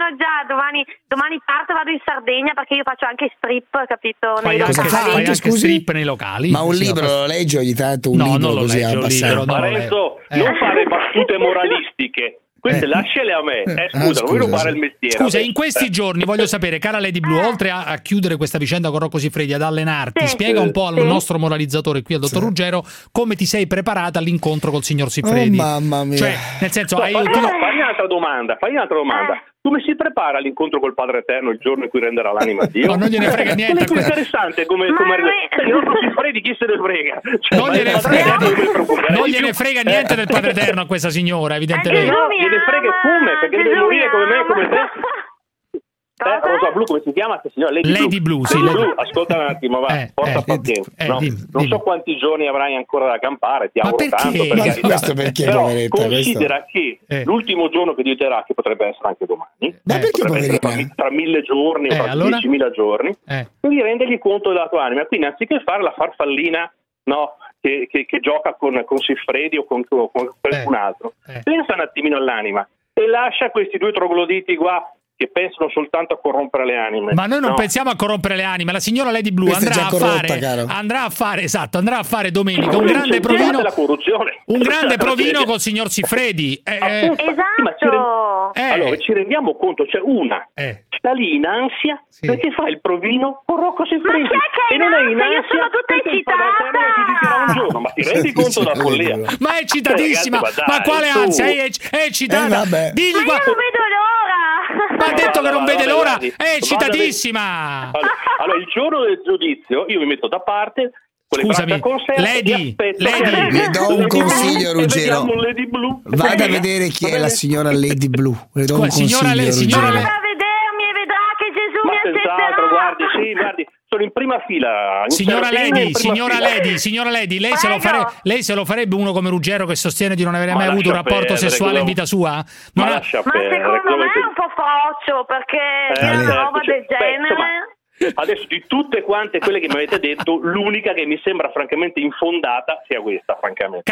sono già, domani parto, vado in Sardegna perché io faccio anche strip, capito? Fai anche strip nei locali. Ma un libro lo leggi ogni tanto? Un libro così a passare? Parenzo, non fare battute moralistiche. Queste lasciale a me. Scusa, vuoi rubare il mestiere? Scusa, in questi giorni voglio sapere, cara Lady Blue, oltre a chiudere questa vicenda con Rocco Siffredi, ad allenarti, spiega un po' al nostro moralizzatore qui, al dottor Ruggero, come ti sei preparata all'incontro col signor Siffredi. Mamma mia. Cioè, nel senso, fai un'altra domanda. Come si prepara l'incontro col Padre Eterno il giorno in cui renderà l'anima a Dio? No, non gliene frega niente. È interessante come Rocco Siffredi, chi se ne frega? Cioè, non gliene frega niente del Padre Eterno a questa signora, evidentemente. Gliene frega come? Perché deve morire come me, come te. Rosa Blu, come si chiama questa signora? Lady Blue, sì. Ascolta un attimo, va, porta pazienza. Non so quanti giorni avrai ancora da campare, ti auguro tanto. Questo perché, però considera che l'ultimo giorno che Dio darà, che potrebbe essere anche domani, ma perché tra 1000 giorni o tra 10.000 giorni, devi rendergli conto della tua anima. Quindi anziché fare la farfallina, no, che gioca con Siffredi o con qualcun altro, pensa un attimino all'anima e lascia questi due trogloditi qua che pensano soltanto a corrompere le anime. Ma noi non pensiamo a corrompere le anime. La signora Lady Blue andrà a fare domenica un grande provino. Un grande provino col signor Siffredi. Esatto. Allora ci rendiamo conto, c'è una sta lì in ansia perché fa il provino con Rocco Siffredi. Ma chi è che è in ansia? Io sono tutta eccitata. Ma ti rendi conto della follia? Ma è eccitatissima. Ma quale ansia? È eccitata. Digli ma io non vedo l'ora. Ma ha detto che non vede l'ora, è eccitatissima. Allora, il giorno del giudizio io mi metto da parte. Scusami, Lady, le do un consiglio, Ruggero. Vada a vedere chi è la signora Lady Blue. Le do un consiglio, Vada a vedermi e vedrà che Gesù mi aspetterà. Guardi, sono in prima fila. Signora Lady, lei se lo farebbe uno come Ruggero che sostiene di non avere mai avuto un rapporto sessuale in vita sua? Ma secondo me è un po' foccio, perché una roba del genere. Adesso di tutte quante quelle che mi avete detto, l'unica che mi sembra francamente infondata sia questa, francamente.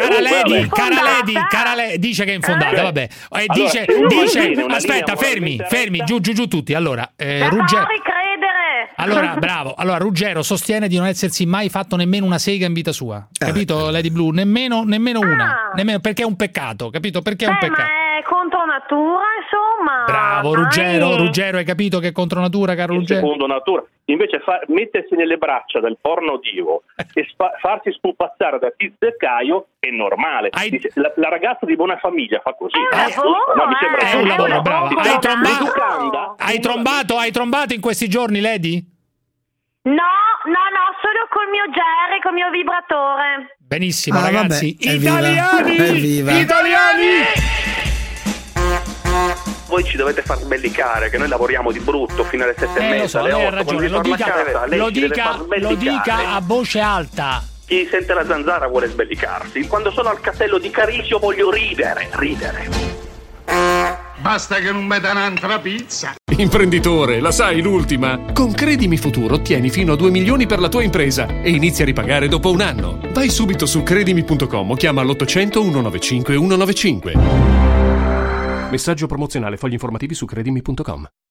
Cara Lady, dice che è infondata, vabbè. Dice, aspetta, fermi, giù tutti. Allora, Ruggero. Allora, bravo. Allora, Ruggero sostiene di non essersi mai fatto nemmeno una sega in vita sua. Capito, Lady Blue? Nemmeno una. Nemmeno, perché è un peccato, capito? Perché è un peccato. Ma è contro natura, insomma. Bravo, Ruggero, hai capito che è contro natura, caro Ruggero? Secondo natura. Invece mettersi nelle braccia del porno divo e farsi spupazzare da pizzecaio è normale. La ragazza di buona famiglia fa così. È un lavoro, bravo. Hai trombato in questi giorni, Lady? No, solo col mio Jerry, col mio vibratore. Benissimo, ragazzi. Vabbè, Italiani! Voi ci dovete far sbellicare, che noi lavoriamo di brutto fino alle 7:30, alle 8. Lei ha ragione, lo dica a voce alta. Chi sente la zanzara vuole sbellicarsi. Quando sono al castello di Carisio voglio ridere. Basta che non metta un'altra pizza. Imprenditore, la sai l'ultima? Con Credimi Futuro ottieni fino a 2 milioni per la tua impresa e inizi a ripagare dopo un anno. Vai subito su credimi.com o chiama l'800 195 195. Messaggio promozionale, fogli informativi su credimi.com.